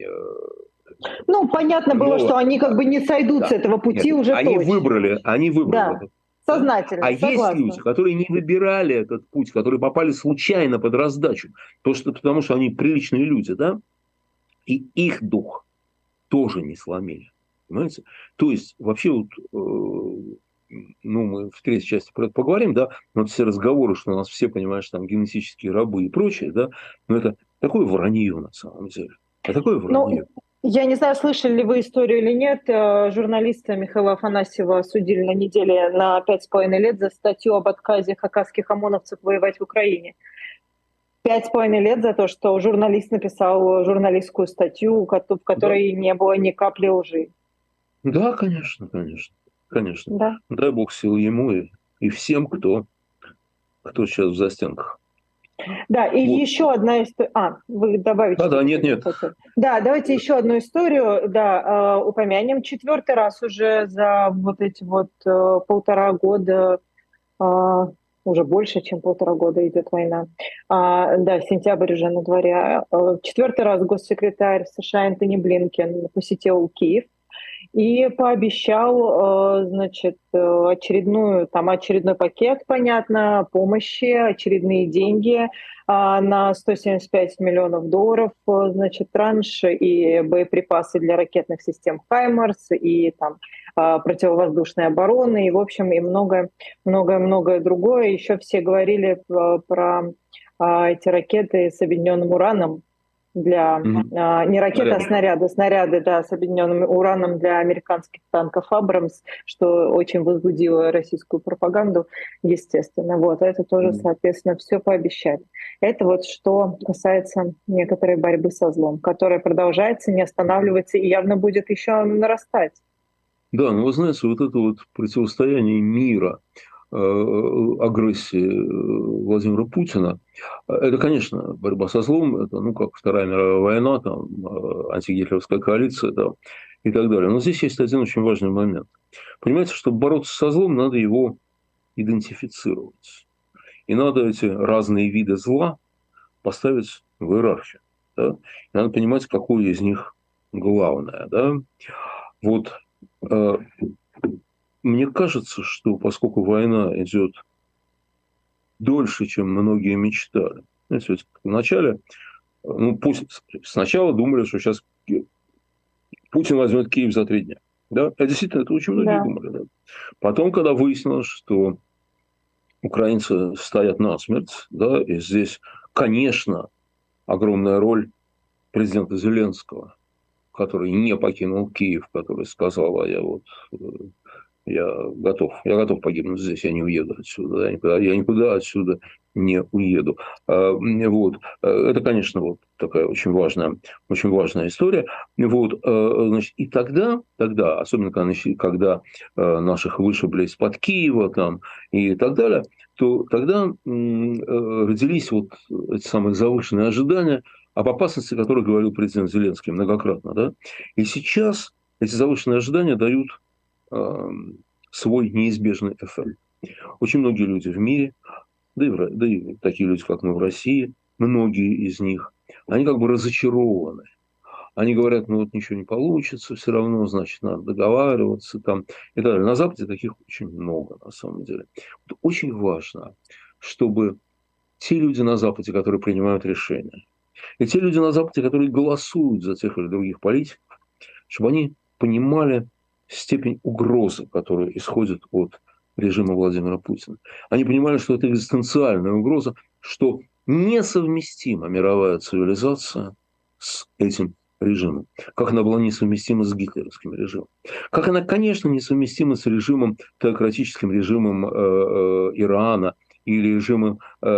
Ну, понятно
но,
было, что они как бы не сойдут
да,
с этого пути
нет,
уже
они
точно.
выбрали, они выбрали
Да,
этот.
сознательно,
А
согласна.
есть люди, которые не выбирали этот путь, которые попали случайно под раздачу, то, что, потому что они приличные люди, да, и их дух тоже не сломили. Понимаете? То есть, вообще, вот, э, ну, мы в третьей части про это поговорим, да, но вот все разговоры, что у нас все, понимаешь, там генетические рабы и прочее, да, но это такое вранье на самом деле. Это такое вранье.
Ну, я не знаю, слышали ли вы историю или нет. Журналиста Михаила Афанасьева осудили на неделе на пять с половиной лет за статью об отказе хакасских ОМОНовцев воевать в Украине. Пять с половиной лет за то, что журналист написал журналистскую статью, в которой да. не было ни капли лжи.
Да, конечно, конечно, конечно.
Да.
Дай бог сил ему и, и всем, кто, кто сейчас в застенках.
Да, и вот. Еще одна история. А, вы добавите?
Да, да, нет, нет.
Хотели. Да, давайте еще одну историю, да, э, упомянем. Четвертый раз уже за вот эти вот э, полтора года, э, уже больше, чем полтора года идет война. А, да, сентябрь уже на дворе. Четвертый раз госсекретарь США Энтони Блинкен посетил Киев и пообещал, значит, очередную, там очередной пакет, понятно, помощи, очередные деньги на сто семьдесят пять миллионов долларов, значит, транш и боеприпасы для ракетных систем «Хаймарс», и там противовоздушной обороны, и, в общем, и многое, многое, многое другое. Еще все говорили про эти ракеты с объединенным ураном, для mm-hmm. а, не ракеты, а снаряды, снаряды, да, с объединенным ураном для американских танков «Абрамс», что очень возбудило российскую пропаганду, естественно. Вот, это тоже, mm-hmm. соответственно, все пообещали. Это вот что касается некоторой борьбы со злом, которая продолжается, не останавливается и явно будет еще нарастать.
Да, ну вы знаете, вот это вот противостояние мира, агрессии Владимира Путина, это, конечно, борьба со злом, это, ну, как Вторая мировая война, там, антигитлеровская коалиция, там, и так далее. Но здесь есть один очень важный момент. Понимаете, чтобы бороться со злом, надо его идентифицировать. И надо эти разные виды зла поставить в иерархию. Да? И надо понимать, какое из них главное. Да? Вот э, мне кажется, что поскольку война идет дольше, чем многие мечтали, знаете, в начале ну, пусть сначала думали, что сейчас Путин возьмет Киев за три дня. Да? А действительно, это очень многие
Да.
думали. Да? Потом, когда выяснилось, что украинцы стоят насмерть, да, и здесь, конечно, огромная роль президента Зеленского, который не покинул Киев, который сказал, а я вот я готов, я готов погибнуть здесь, я не уеду отсюда, я никуда, я никуда отсюда не уеду. Вот. Это, конечно, вот такая очень важная, очень важная история. Вот. Значит, и тогда, тогда, особенно когда, когда наших вышибли из-под Киева там, и так далее, то тогда родились вот эти самые завышенные ожидания, об опасности, о которых говорил президент Зеленский многократно. Да? И сейчас эти завышенные ожидания дают свой неизбежный эффект. Очень многие люди в мире, да и, в, да и такие люди, как мы в России, многие из них, они как бы разочарованы. Они говорят, ну вот ничего не получится, все равно, значит, надо договариваться там и так далее. На Западе таких очень много, на самом деле. Вот очень важно, чтобы те люди на Западе, которые принимают решения, и те люди на Западе, которые голосуют за тех или других политиков, чтобы они понимали степень угрозы, которая исходит от режима Владимира Путина. Они понимали, что это экзистенциальная угроза, что несовместима мировая цивилизация с этим режимом. Как она была несовместима с гитлеровским режимом. Как она, конечно, несовместима с режимом, теократическим режимом э, э, Ирана, или режимом э,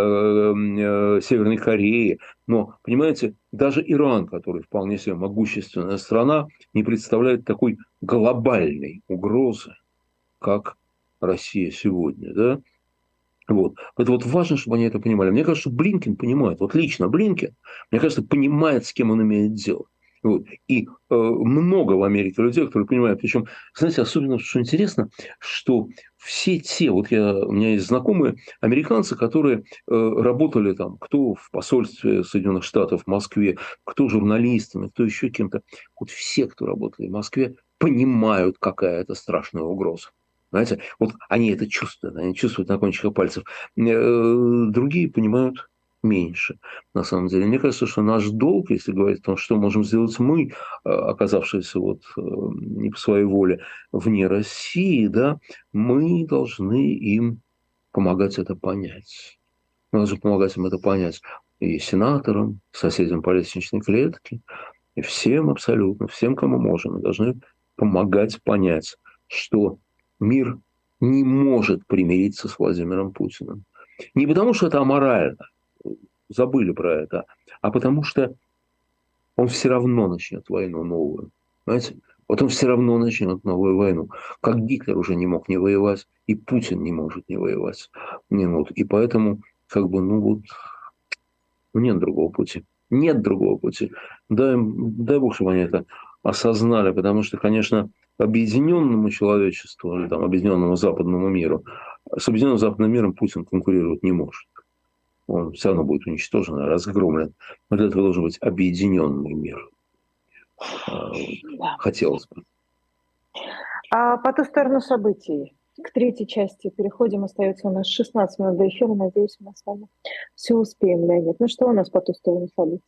э, Северной Кореи. Но, понимаете, даже Иран, который вполне себе могущественная страна, не представляет такой глобальной угрозы, как Россия сегодня. Да? Вот. Это вот важно, чтобы они это понимали. Мне кажется, что Блинкен понимает, вот лично Блинкен, мне кажется, понимает, с кем он имеет дело. Вот. И э, много в Америке людей, которые понимают. Причем, знаете, особенно, что интересно, что все те, вот я, у меня есть знакомые американцы, которые э, работали там, кто в посольстве Соединенных Штатов в Москве, кто журналистами, кто еще кем-то. Вот все, кто работали в Москве, понимают, какая это страшная угроза. Знаете, вот они это чувствуют, они чувствуют на кончиках пальцев. Другие понимают меньше, на самом деле. Мне кажется, что наш долг, если говорить о том, что можем сделать мы, оказавшиеся вот не по своей воле вне России, да, мы должны им помогать это понять. Мы должны помогать им это понять и сенаторам, соседям по лестничной клетке, и всем абсолютно, всем, кому можем. Мы должны помогать понять, что мир не может примириться с Владимиром Путиным. Не потому, что это аморально, забыли про это, а потому что он все равно начнет войну новую. Понимаете? Вот он все равно начнет новую войну. Как Гитлер уже не мог не воевать, и Путин не может не воевать. Минут. И поэтому, как бы, ну вот, нет другого пути. Нет другого пути. Дай, дай Бог, чтобы они это осознали, потому что, конечно, объединенному человечеству, или там, объединенному западному миру, с объединенным западным миром Путин конкурировать не может. Он все равно будет уничтожен, разгромлен. Но для этого должен быть объединенный мир. Хотелось бы.
А по ту сторону событий, к третьей части переходим. Остается у нас шестнадцать минут до эфира. Надеюсь, мы с вами все успеем, Леонид. Ну что у нас по ту сторону событий?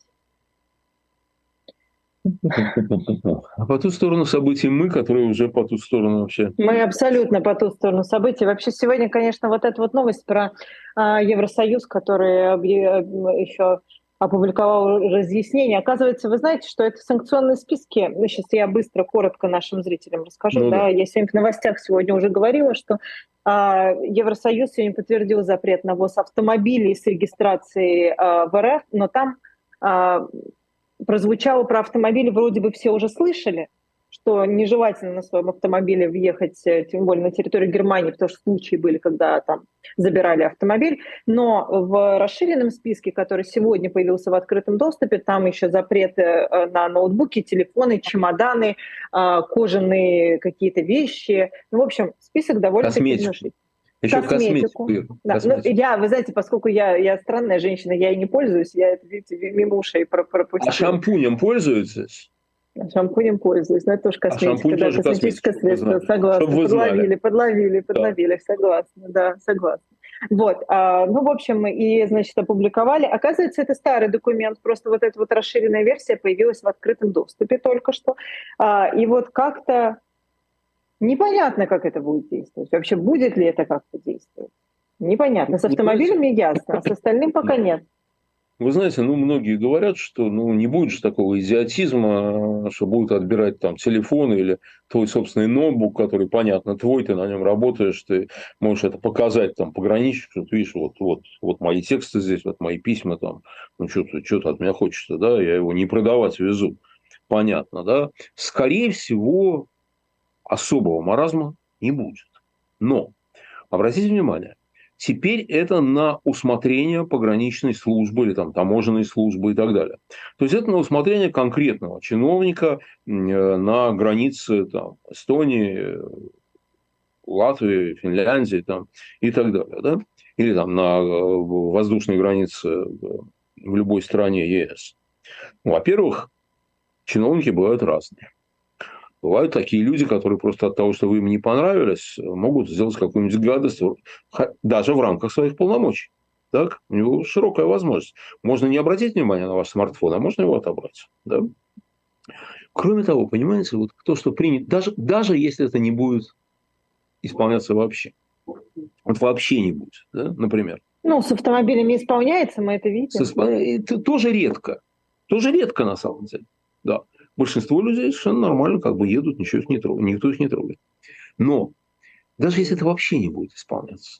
А по ту сторону событий мы, которые уже по ту сторону вообще.
Мы абсолютно по ту сторону событий. Вообще сегодня, конечно, вот эта вот новость про а, Евросоюз, который еще опубликовал разъяснение. Оказывается, вы знаете, что это санкционные списки. Ну, сейчас я быстро, коротко нашим зрителям расскажу. Ну, да. Да, я сегодня в новостях сегодня уже говорила, что а, Евросоюз сегодня подтвердил запрет на ввоз автомобилей с регистрацией а, в РФ, но там а, прозвучало про автомобили, вроде бы все уже слышали, что нежелательно на своем автомобиле въехать, тем более на территорию Германии, потому что случаи были, когда там забирали автомобиль. Но в расширенном списке, который сегодня появился в открытом доступе, там еще запреты на ноутбуки, телефоны, чемоданы, кожаные какие-то вещи. Ну, в общем, список довольно-таки внушительный.
Еще
косметику.
косметику.
Да.
косметику.
Ну, я, вы знаете, поскольку я, я странная женщина, я и не пользуюсь, я это, видите, мимо ушей пропустила.
А шампунем пользуетесь?
Шампунем пользуюсь, но это тоже косметика, а да, косметическое средство, согласна. Подловили, подловили, подловили, да. Согласна, да, согласна. Вот, а, ну, в общем, и, значит, опубликовали. Оказывается, это старый документ, просто вот эта вот расширенная версия появилась в открытом доступе только что. А, и вот как-то непонятно, как это будет действовать. Вообще, будет ли это как-то действовать? Непонятно. С автомобилями ясно, а с остальным пока нет.
Вы знаете, ну, многие говорят, что ну, не будет же такого идиотизма, что будут отбирать там телефон или твой собственный ноутбук, который, понятно, твой, ты на нем работаешь, ты можешь это показать там пограничнику, что ты видишь, вот, вот, вот мои тексты здесь, вот мои письма там, ну, что-то, что-то от меня хочется, да, я его не продавать везу. Понятно, да? Скорее всего, особого маразма не будет. Но, обратите внимание, теперь это на усмотрение пограничной службы или там, таможенной службы и так далее. То есть, это на усмотрение конкретного чиновника на границе там, Эстонии, Латвии, Финляндии там, и так далее. Да? Или там, на воздушной границе в любой стране ЕС. Во-первых, чиновники бывают разные. Бывают такие люди, которые просто от того, что вы им не понравились, могут сделать какую-нибудь гадость даже в рамках своих полномочий. Так? У него широкая возможность. Можно не обратить внимание на ваш смартфон, а можно его отобрать. Да? Кроме того, понимаете, вот то, что принято, даже, даже если это не будет исполняться вообще. Вот вообще не будет, да, например.
Ну, с автомобилями исполняется, мы это видим.
С, это тоже редко. Тоже редко, на самом деле. Да. Большинство людей совершенно нормально как бы едут, ничего их не трогает, никто их не трогает. Но даже если это вообще не будет исполняться,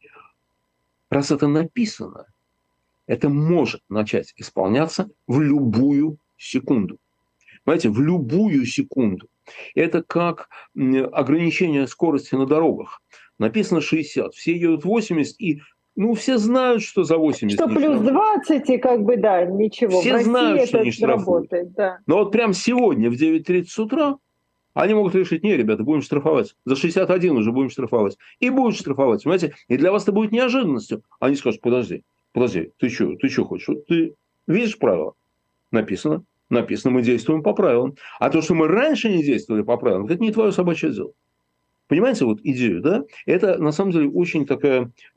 раз это написано, это может начать исполняться в любую секунду. Понимаете, в любую секунду. Это как ограничение скорости на дорогах. Написано шестьдесят, все едут восемьдесят, и ну, все знают, что за восемьдесят.
Что плюс двадцать, и как бы, да, ничего.
Все знают, что не штрафуют.
Да.
Но вот прямо сегодня в девять тридцать утра они могут решить: не, ребята, будем штрафовать. За шестьдесят один уже будем штрафовать. И будут штрафовать, понимаете? И для вас это будет неожиданностью. Они скажут: подожди, подожди, ты что, ты что хочешь? Ты видишь правила? Написано. Написано, мы действуем по правилам. А то, что мы раньше не действовали по правилам, это не твое собачье дело. Понимаете, вот идею, да? Это, на самом деле, очень такая э, э,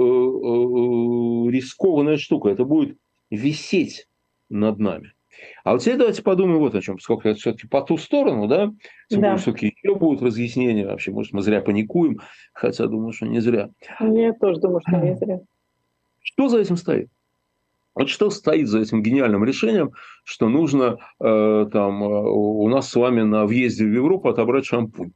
рискованная штука. Это будет висеть над нами. А вот теперь давайте подумаем вот о чем. Поскольку это все-таки по ту сторону, да? Тем более,
да.
все-таки еще будут разъяснения. Вообще, может, мы зря паникуем. Хотя, думаю, что не зря.
Я тоже думаю, что не зря.
Что за этим стоит? Вот что стоит за этим гениальным решением, что нужно э, там, э, у нас с вами на въезде в Европу отобрать шампунь.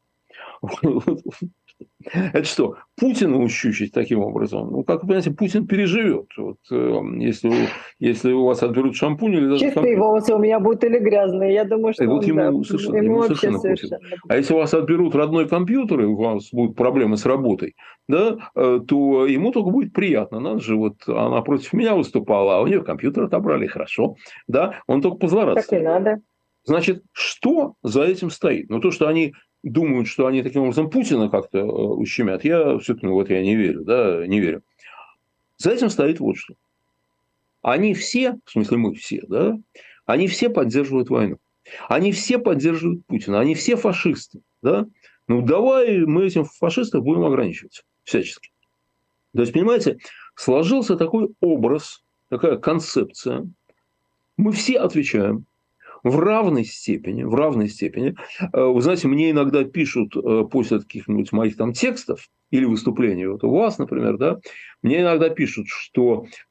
Это что, Путина ущучить таким образом? Ну, как вы понимаете, Путин переживет. Вот, э, если, если у вас отберут шампунь или даже
чистые
компьютер.
волосы у меня будут или грязные. Я думаю, что
И вот
он,
ему,
да,
совершенно,
ему,
ему
вообще
совершенно
совершенно.
пофиг. А если у вас отберут родной компьютер, и у вас будут проблемы с работой, да, то ему только будет приятно. Надо же, вот она против меня выступала, а у нее компьютер отобрали, хорошо. Да, он только позлорадствует.
Так и надо.
Значит, что за этим стоит? Ну, то, что они думают, что они таким образом Путина как-то ущемят, я все-таки, ну, вот я не верю, да, не верю. За этим стоит вот что. Они все, в смысле мы все, да, они все поддерживают войну. Они все поддерживают Путина. Они все фашисты, да. Ну, давай мы этим фашистам будем ограничивать всячески. То есть, понимаете, сложился такой образ, такая концепция. Мы все отвечаем в равной степени, в равной степени. Вы знаете, мне иногда пишут после каких-нибудь моих там текстов или выступлений, вот у вас, например, да, мне иногда пишут, что э,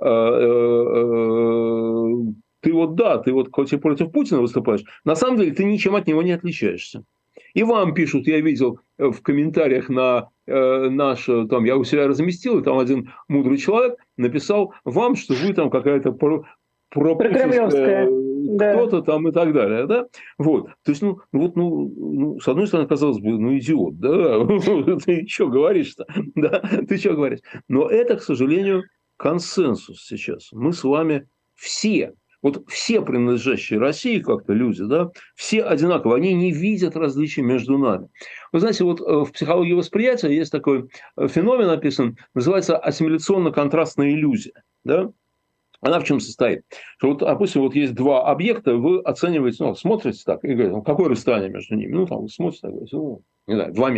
э, ты вот да, ты вот хоть и против Путина выступаешь, на самом деле ты ничем от него не отличаешься. И вам пишут, я видел в комментариях на э, наш, там, я у себя разместил, и там один мудрый человек написал вам, что вы там какая-то про, пропутинская кто-то там и так далее, да? Вот, то есть, ну, вот, ну, ну, с одной стороны, казалось бы, ну, идиот, да? Ты что говоришь-то? Да? Ты что говоришь? Но это, к сожалению, консенсус сейчас. Мы с вами все, вот все принадлежащие России как-то люди, да, все одинаково, они не видят различий между нами. Вы знаете, вот в психологии восприятия есть такой феномен описан, называется ассимиляционно-контрастная иллюзия, да? Она в чем состоит? Что вот, допустим, вот есть два объекта, вы оцениваете, ну, смотрите так и говорите, ну, какое расстояние между ними? Ну, там, вы смотрите, так, говорите, ну, не знаю, два метра.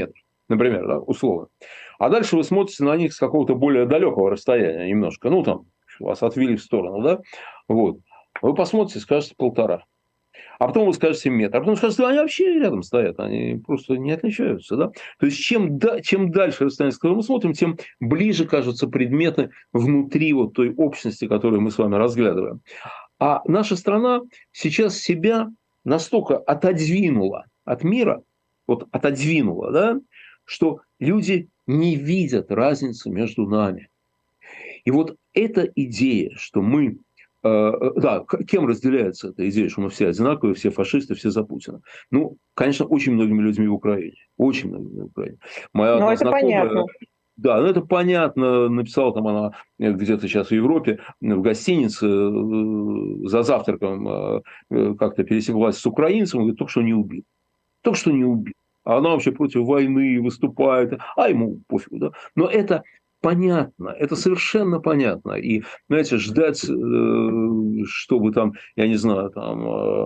например, да, условно. А дальше вы смотрите на них с какого-то более далекого расстояния немножко. Ну, там, вас отвели в сторону, да? Вот. Вы посмотрите, скажете полтора. А потом вы скажете метр. А потом скажете, они вообще рядом стоят. Они просто не отличаются. Да? То есть, чем, да, чем дальше расстояние, с которым мы смотрим, тем ближе кажутся предметы внутри вот той общности, которую мы с вами разглядываем. А наша страна сейчас себя настолько отодвинула от мира, вот отодвинула, да, что люди не видят разницы между нами. И вот эта идея, что мы... Э, да, кем разделяется эта идея, что мы все одинаковые, все фашисты, все за Путина? Ну, конечно, очень многими людьми в Украине. Очень многими в Украине. Моя
Ну,
одна
это
знакомая...
понятно.
Да, ну это понятно. Написала там она где-то сейчас в Европе, в гостинице, за завтраком как-то пересеклась с украинцем, говорит, только что не убил. Только что не убил. А она вообще против войны выступает. А ему пофигу, да. Но это понятно, это совершенно понятно. И, знаете, ждать, чтобы там, я не знаю, там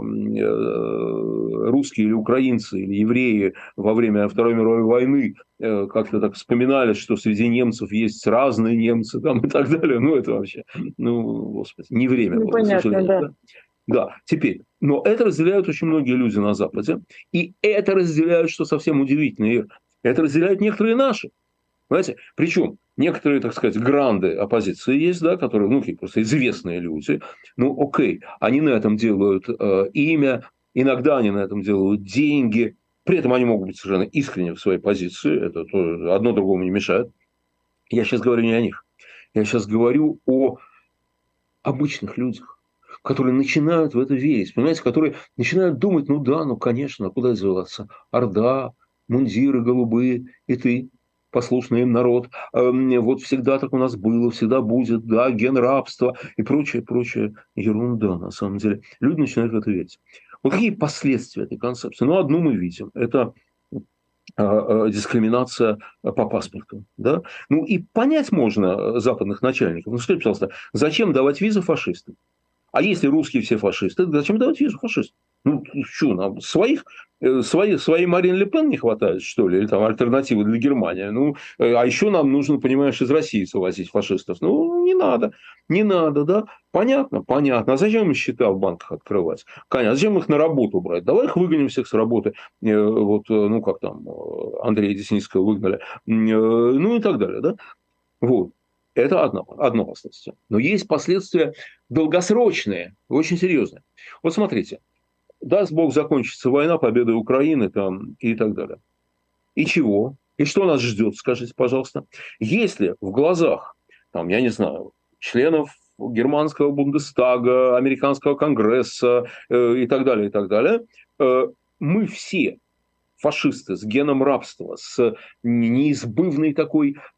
русские или украинцы, или евреи во время Второй мировой войны как-то так вспоминали, что среди немцев есть разные немцы там, и так далее. Ну, это вообще, ну, господи, не время было, к сожалению.
Да.
Да? Да, теперь, но это разделяют очень многие люди на Западе, и это разделяют, что совсем удивительно, это разделяют некоторые наши. Понимаете? Причем некоторые, так сказать, гранды оппозиции есть, да, которые, ну, просто известные люди. Ну, окей, они на этом делают э, имя, иногда они на этом делают деньги. При этом они могут быть совершенно искренни в своей позиции. Это то, одно другому не мешает. Я сейчас говорю не о них. Я сейчас говорю о обычных людях, которые начинают в это верить. Понимаете, которые начинают думать, ну да, ну конечно, куда деваться? Орда, мундиры голубые, и ты, послушный им народ. Вот всегда так у нас было, всегда будет, да, ген рабства и прочее, прочее ерунда, на самом деле. Люди начинают в это верить. Вот какие последствия этой концепции? Ну, одну мы видим. Это дискриминация по паспорту. Да? Ну, и понять можно западных начальников. Ну, скажите, пожалуйста, зачем давать визы фашистам? А если русские все фашисты, зачем давать визу фашистам? Ну, что, нам своих, свои, своей Марин Ле Пен не хватает, что ли? Или там альтернативы для Германии? Ну, а еще нам нужно, понимаешь, из России совозить фашистов. Ну, не надо, не надо, да? Понятно, понятно. А зачем им счета в банках открывать? Конечно, зачем их на работу брать? Давай их выгоним всех с работы. Вот, ну, как там Андрея Десницкого выгнали. Ну, и так далее, да? Вот. Это одно, одно последствие. Но есть последствия долгосрочные, очень серьезные. Вот смотрите, даст Бог закончится война, победа Украины там, и так далее. И чего? И что нас ждет, скажите, пожалуйста? Если в глазах, там, я не знаю, членов германского Бундестага, американского Конгресса э, и так далее, и так далее, э, мы все фашисты с геном рабства, с неизбывной такой, с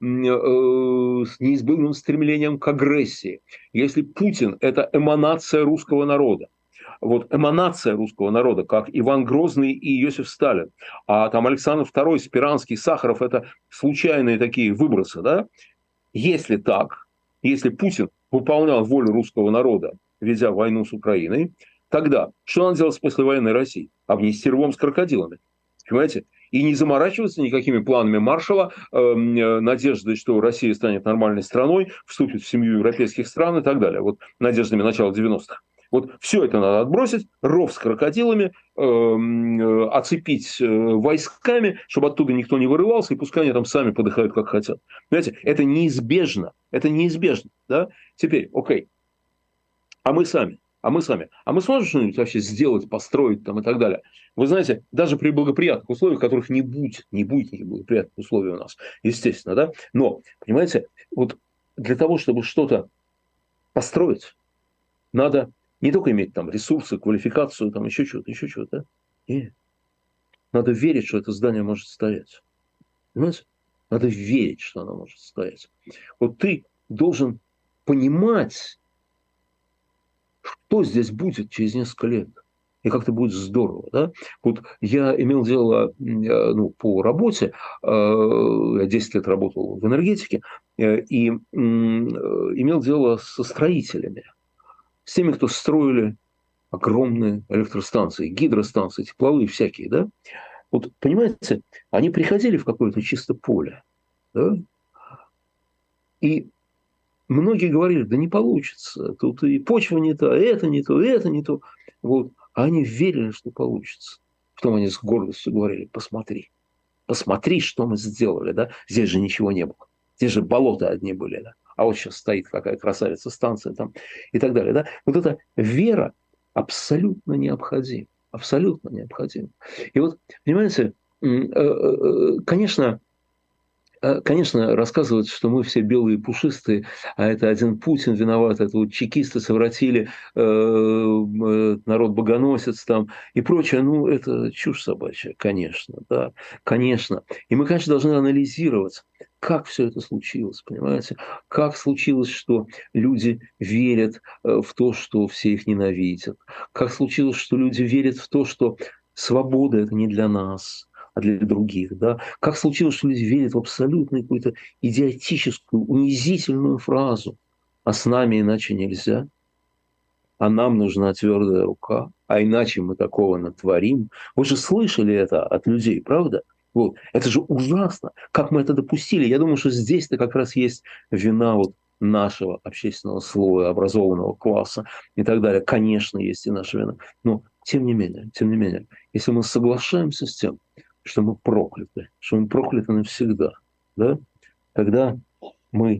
неизбывным стремлением к агрессии. Если Путин – это эманация русского народа, вот эманация русского народа, как Иван Грозный и Иосиф Сталин, а там Александр второй, Спиранский, Сахаров – это случайные такие выбросы, да? Если так, если Путин выполнял волю русского народа, ведя войну с Украиной, тогда что надо делать с послевоенной Россией? Обнести рвом с крокодилами. Понимаете? И не заморачиваться никакими планами Маршалла, э, надеждой, что Россия станет нормальной страной, вступит в семью европейских стран и так далее. Вот надеждами начала девяностых. Вот все это надо отбросить, ров с крокодилами, э, оцепить э, войсками, чтобы оттуда никто не вырывался, и пускай они там сами подыхают, как хотят. Понимаете? Это неизбежно. Это неизбежно. Да? Теперь, окей. А мы сами? А мы сами, а мы сможем что-нибудь вообще сделать, построить там и так далее? Вы знаете, даже при благоприятных условиях, которых не будет, не будет никаких благоприятных условий у нас, естественно, да? Но, понимаете, вот для того, чтобы что-то построить, надо не только иметь там ресурсы, квалификацию, там еще что-то, еще что-то, да? Нет. Надо верить, что это здание может стоять. Понимаете? Надо верить, что оно может стоять. Вот ты должен понимать, что здесь будет через несколько лет. И как-то будет здорово. Да? Вот я имел дело ну, по работе, я десять лет работал в энергетике, и имел дело со строителями, с теми, кто строили огромные электростанции, гидростанции, тепловые всякие. Да? Вот, понимаете, они приходили в какое-то чисто поле, да? И многие говорили, да не получится, тут и почва не та, и это не то, и это не то. Вот. А они верили, что получится. Потом они с гордостью говорили, посмотри, посмотри, что мы сделали, да? Здесь же ничего не было. Здесь же болота одни были, да? А вот сейчас стоит какая красавица станция там и так далее, да? Вот эта вера абсолютно необходима. Абсолютно необходима. И вот, понимаете, конечно, Конечно, рассказывают, что мы все белые и пушистые, а это один Путин виноват, это вот чекисты совратили, э, э, народ богоносец там и прочее. Ну, это чушь собачья, конечно, да, конечно. И мы, конечно, должны анализировать, как все это случилось, понимаете? Как случилось, что люди верят в то, что все их ненавидят? Как случилось, что люди верят в то, что свобода – это не для нас, а для других, да? Как случилось, что люди верят в абсолютную какую-то идиотическую, унизительную фразу «а с нами иначе нельзя», «а нам нужна твердая рука», «а иначе мы такого натворим». Вы же слышали это от людей, правда? Вот. Это же ужасно, как мы это допустили. Я думаю, что здесь-то как раз есть вина вот нашего общественного слоя, образованного класса и так далее. Конечно, есть и наша вина. Но тем не менее, тем не менее, если мы соглашаемся с тем, что мы прокляты, что мы прокляты навсегда, да, тогда мы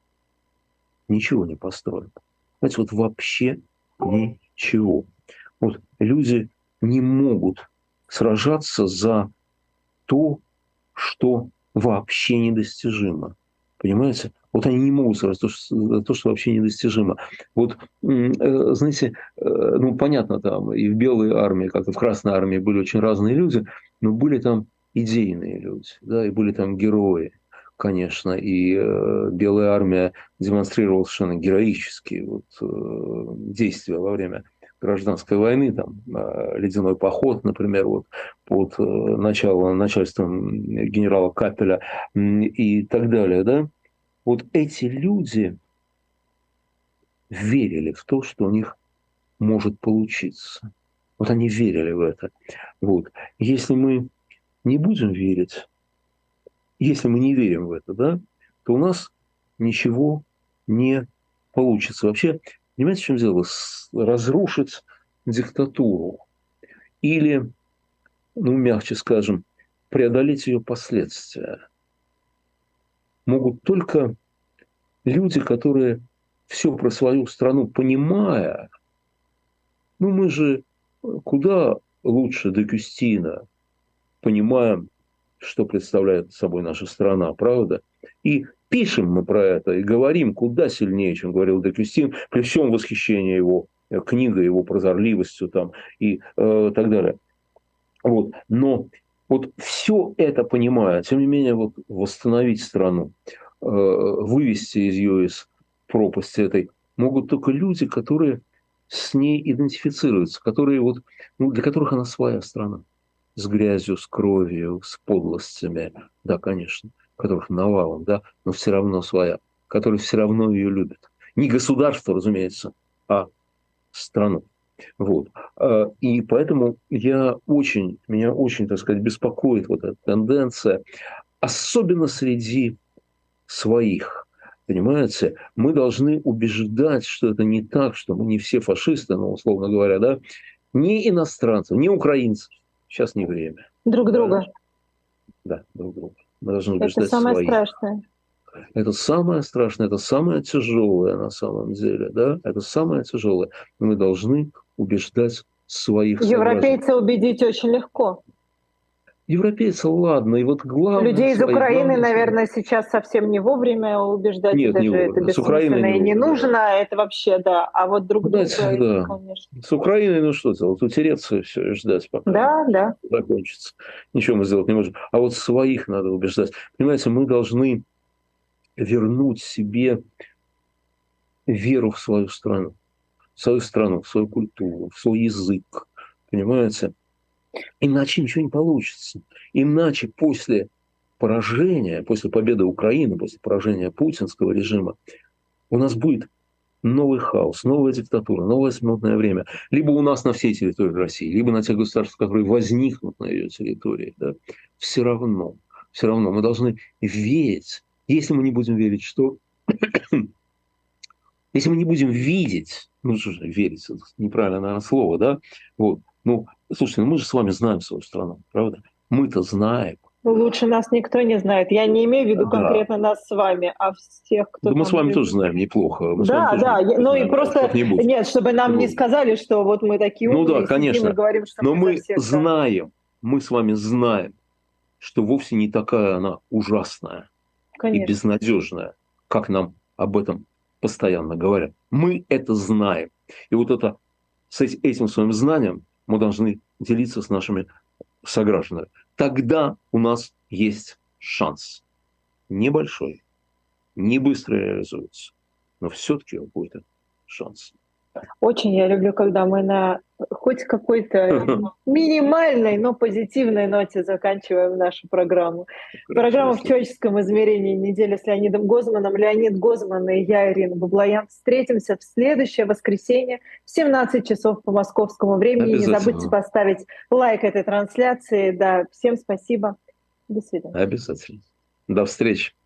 ничего не построим. Знаете, вот вообще ничего. Вот люди не могут сражаться за то, что вообще недостижимо. Понимаете? Вот они не могут сразиться за то, что вообще недостижимо. Вот, знаете, ну, понятно, там и в Белой армии, как и в Красной армии были очень разные люди, но были там идейные люди, да, и были там герои, конечно, и э, Белая армия демонстрировала совершенно героические вот, э, действия во время гражданской войны, там, э, ледяной поход, например, вот, под э, начало, начальством генерала Капеля э, и так далее, да, вот эти люди верили в то, что у них может получиться. Вот они верили в это. Вот. Если мы не будем верить, если мы не верим в это, да, то у нас ничего не получится. Вообще, понимаете, в чем дело? Разрушить диктатуру или, ну, мягче скажем, преодолеть ее последствия могут только люди, которые все про свою страну понимая, ну, мы же куда лучше Декюстина понимаем, что представляет собой наша страна, правда? И пишем мы про это, и говорим куда сильнее, чем говорил Декюстин, при всем восхищении его книгой, его прозорливостью там, и э, так далее. Вот. Но вот все это понимая, тем не менее, вот восстановить страну, э, вывести из ее из пропасти этой, могут только люди, которые с ней идентифицируются, которые вот, ну, для которых она своя страна. С грязью, с кровью, с подлостями, да, конечно, которых навалом, да, но все равно своя, которые все равно ее любят. Не государство, разумеется, а страну. Вот. И поэтому я очень, меня очень, так сказать, беспокоит вот эта тенденция, особенно среди своих. Понимаете, мы должны убеждать, что это не так, что мы не все фашисты, ну, условно говоря, да, не иностранцев, не украинцев. Сейчас не время.
Друг друга.
Да, друг друга. Мы должны убеждать
это самое
своих.
Страшное.
Это самое страшное, это самое тяжелое на самом деле, да, это самое тяжелое. Мы должны убеждать своих
Европейца
сограждан.
убедить очень легко.
Европейцы, ладно, и вот главное...
Людей из
своих,
Украины,
главное,
наверное, сейчас совсем не вовремя убеждать,
нет,
даже
не
это
вовремя. С Украиной
бессмысленно
не
и не
вовремя.
нужно, это вообще, да, а вот друг
Знаете,
друга,
да.
это, конечно.
С Украиной, ну что делать, утереться и все, и ждать, пока
да, да.
закончится. Ничего мы сделать не можем. А вот своих надо убеждать. Понимаете, мы должны вернуть себе веру в свою страну, в свою страну, в свою культуру, в свой язык. Понимаете? Иначе ничего не получится. Иначе после поражения, после победы Украины, после поражения путинского режима, у нас будет новый хаос, новая диктатура, новое смутное время. Либо у нас на всей территории России, либо на тех государствах, которые возникнут на ее территории. Да, все равно, все равно мы должны верить. Если мы не будем верить, что... Если мы не будем видеть, ну что же, верить, это неправильное, наверное, слово, да? Вот. Ну, слушайте, ну мы же с вами знаем свою страну, правда? Мы-то знаем.
Лучше нас никто не знает. Я не имею в виду да. конкретно нас с вами, а всех, кто...
Да мы с вами
живет.
тоже знаем неплохо. Мы
да, да,
неплохо
ну
знаем,
и просто... Нет, чтобы нам вот. не сказали, что вот мы такие умные,
ну да, конечно.
и говорим, что
но
мы,
мы
всех,
знаем,
да.
мы с вами знаем, что вовсе не такая она ужасная конечно. И безнадежная, как нам об этом постоянно говорят. Мы это знаем. И вот это, с этим своим знанием мы должны делиться с нашими согражданами. Тогда у нас есть шанс. Небольшой, не быстро реализуется, но все-таки какой-то шанс.
Очень я люблю, когда мы на хоть какой-то минимальной, но позитивной ноте заканчиваем нашу программу. Программа в человеческом измерении недели с Леонидом Гозманом. Леонид Гозман и я, Ирина Баблоян. Встретимся в следующее воскресенье в семнадцать часов по московскому времени. Не забудьте поставить лайк этой трансляции. Да, всем спасибо. До свидания.
Обязательно. До встречи.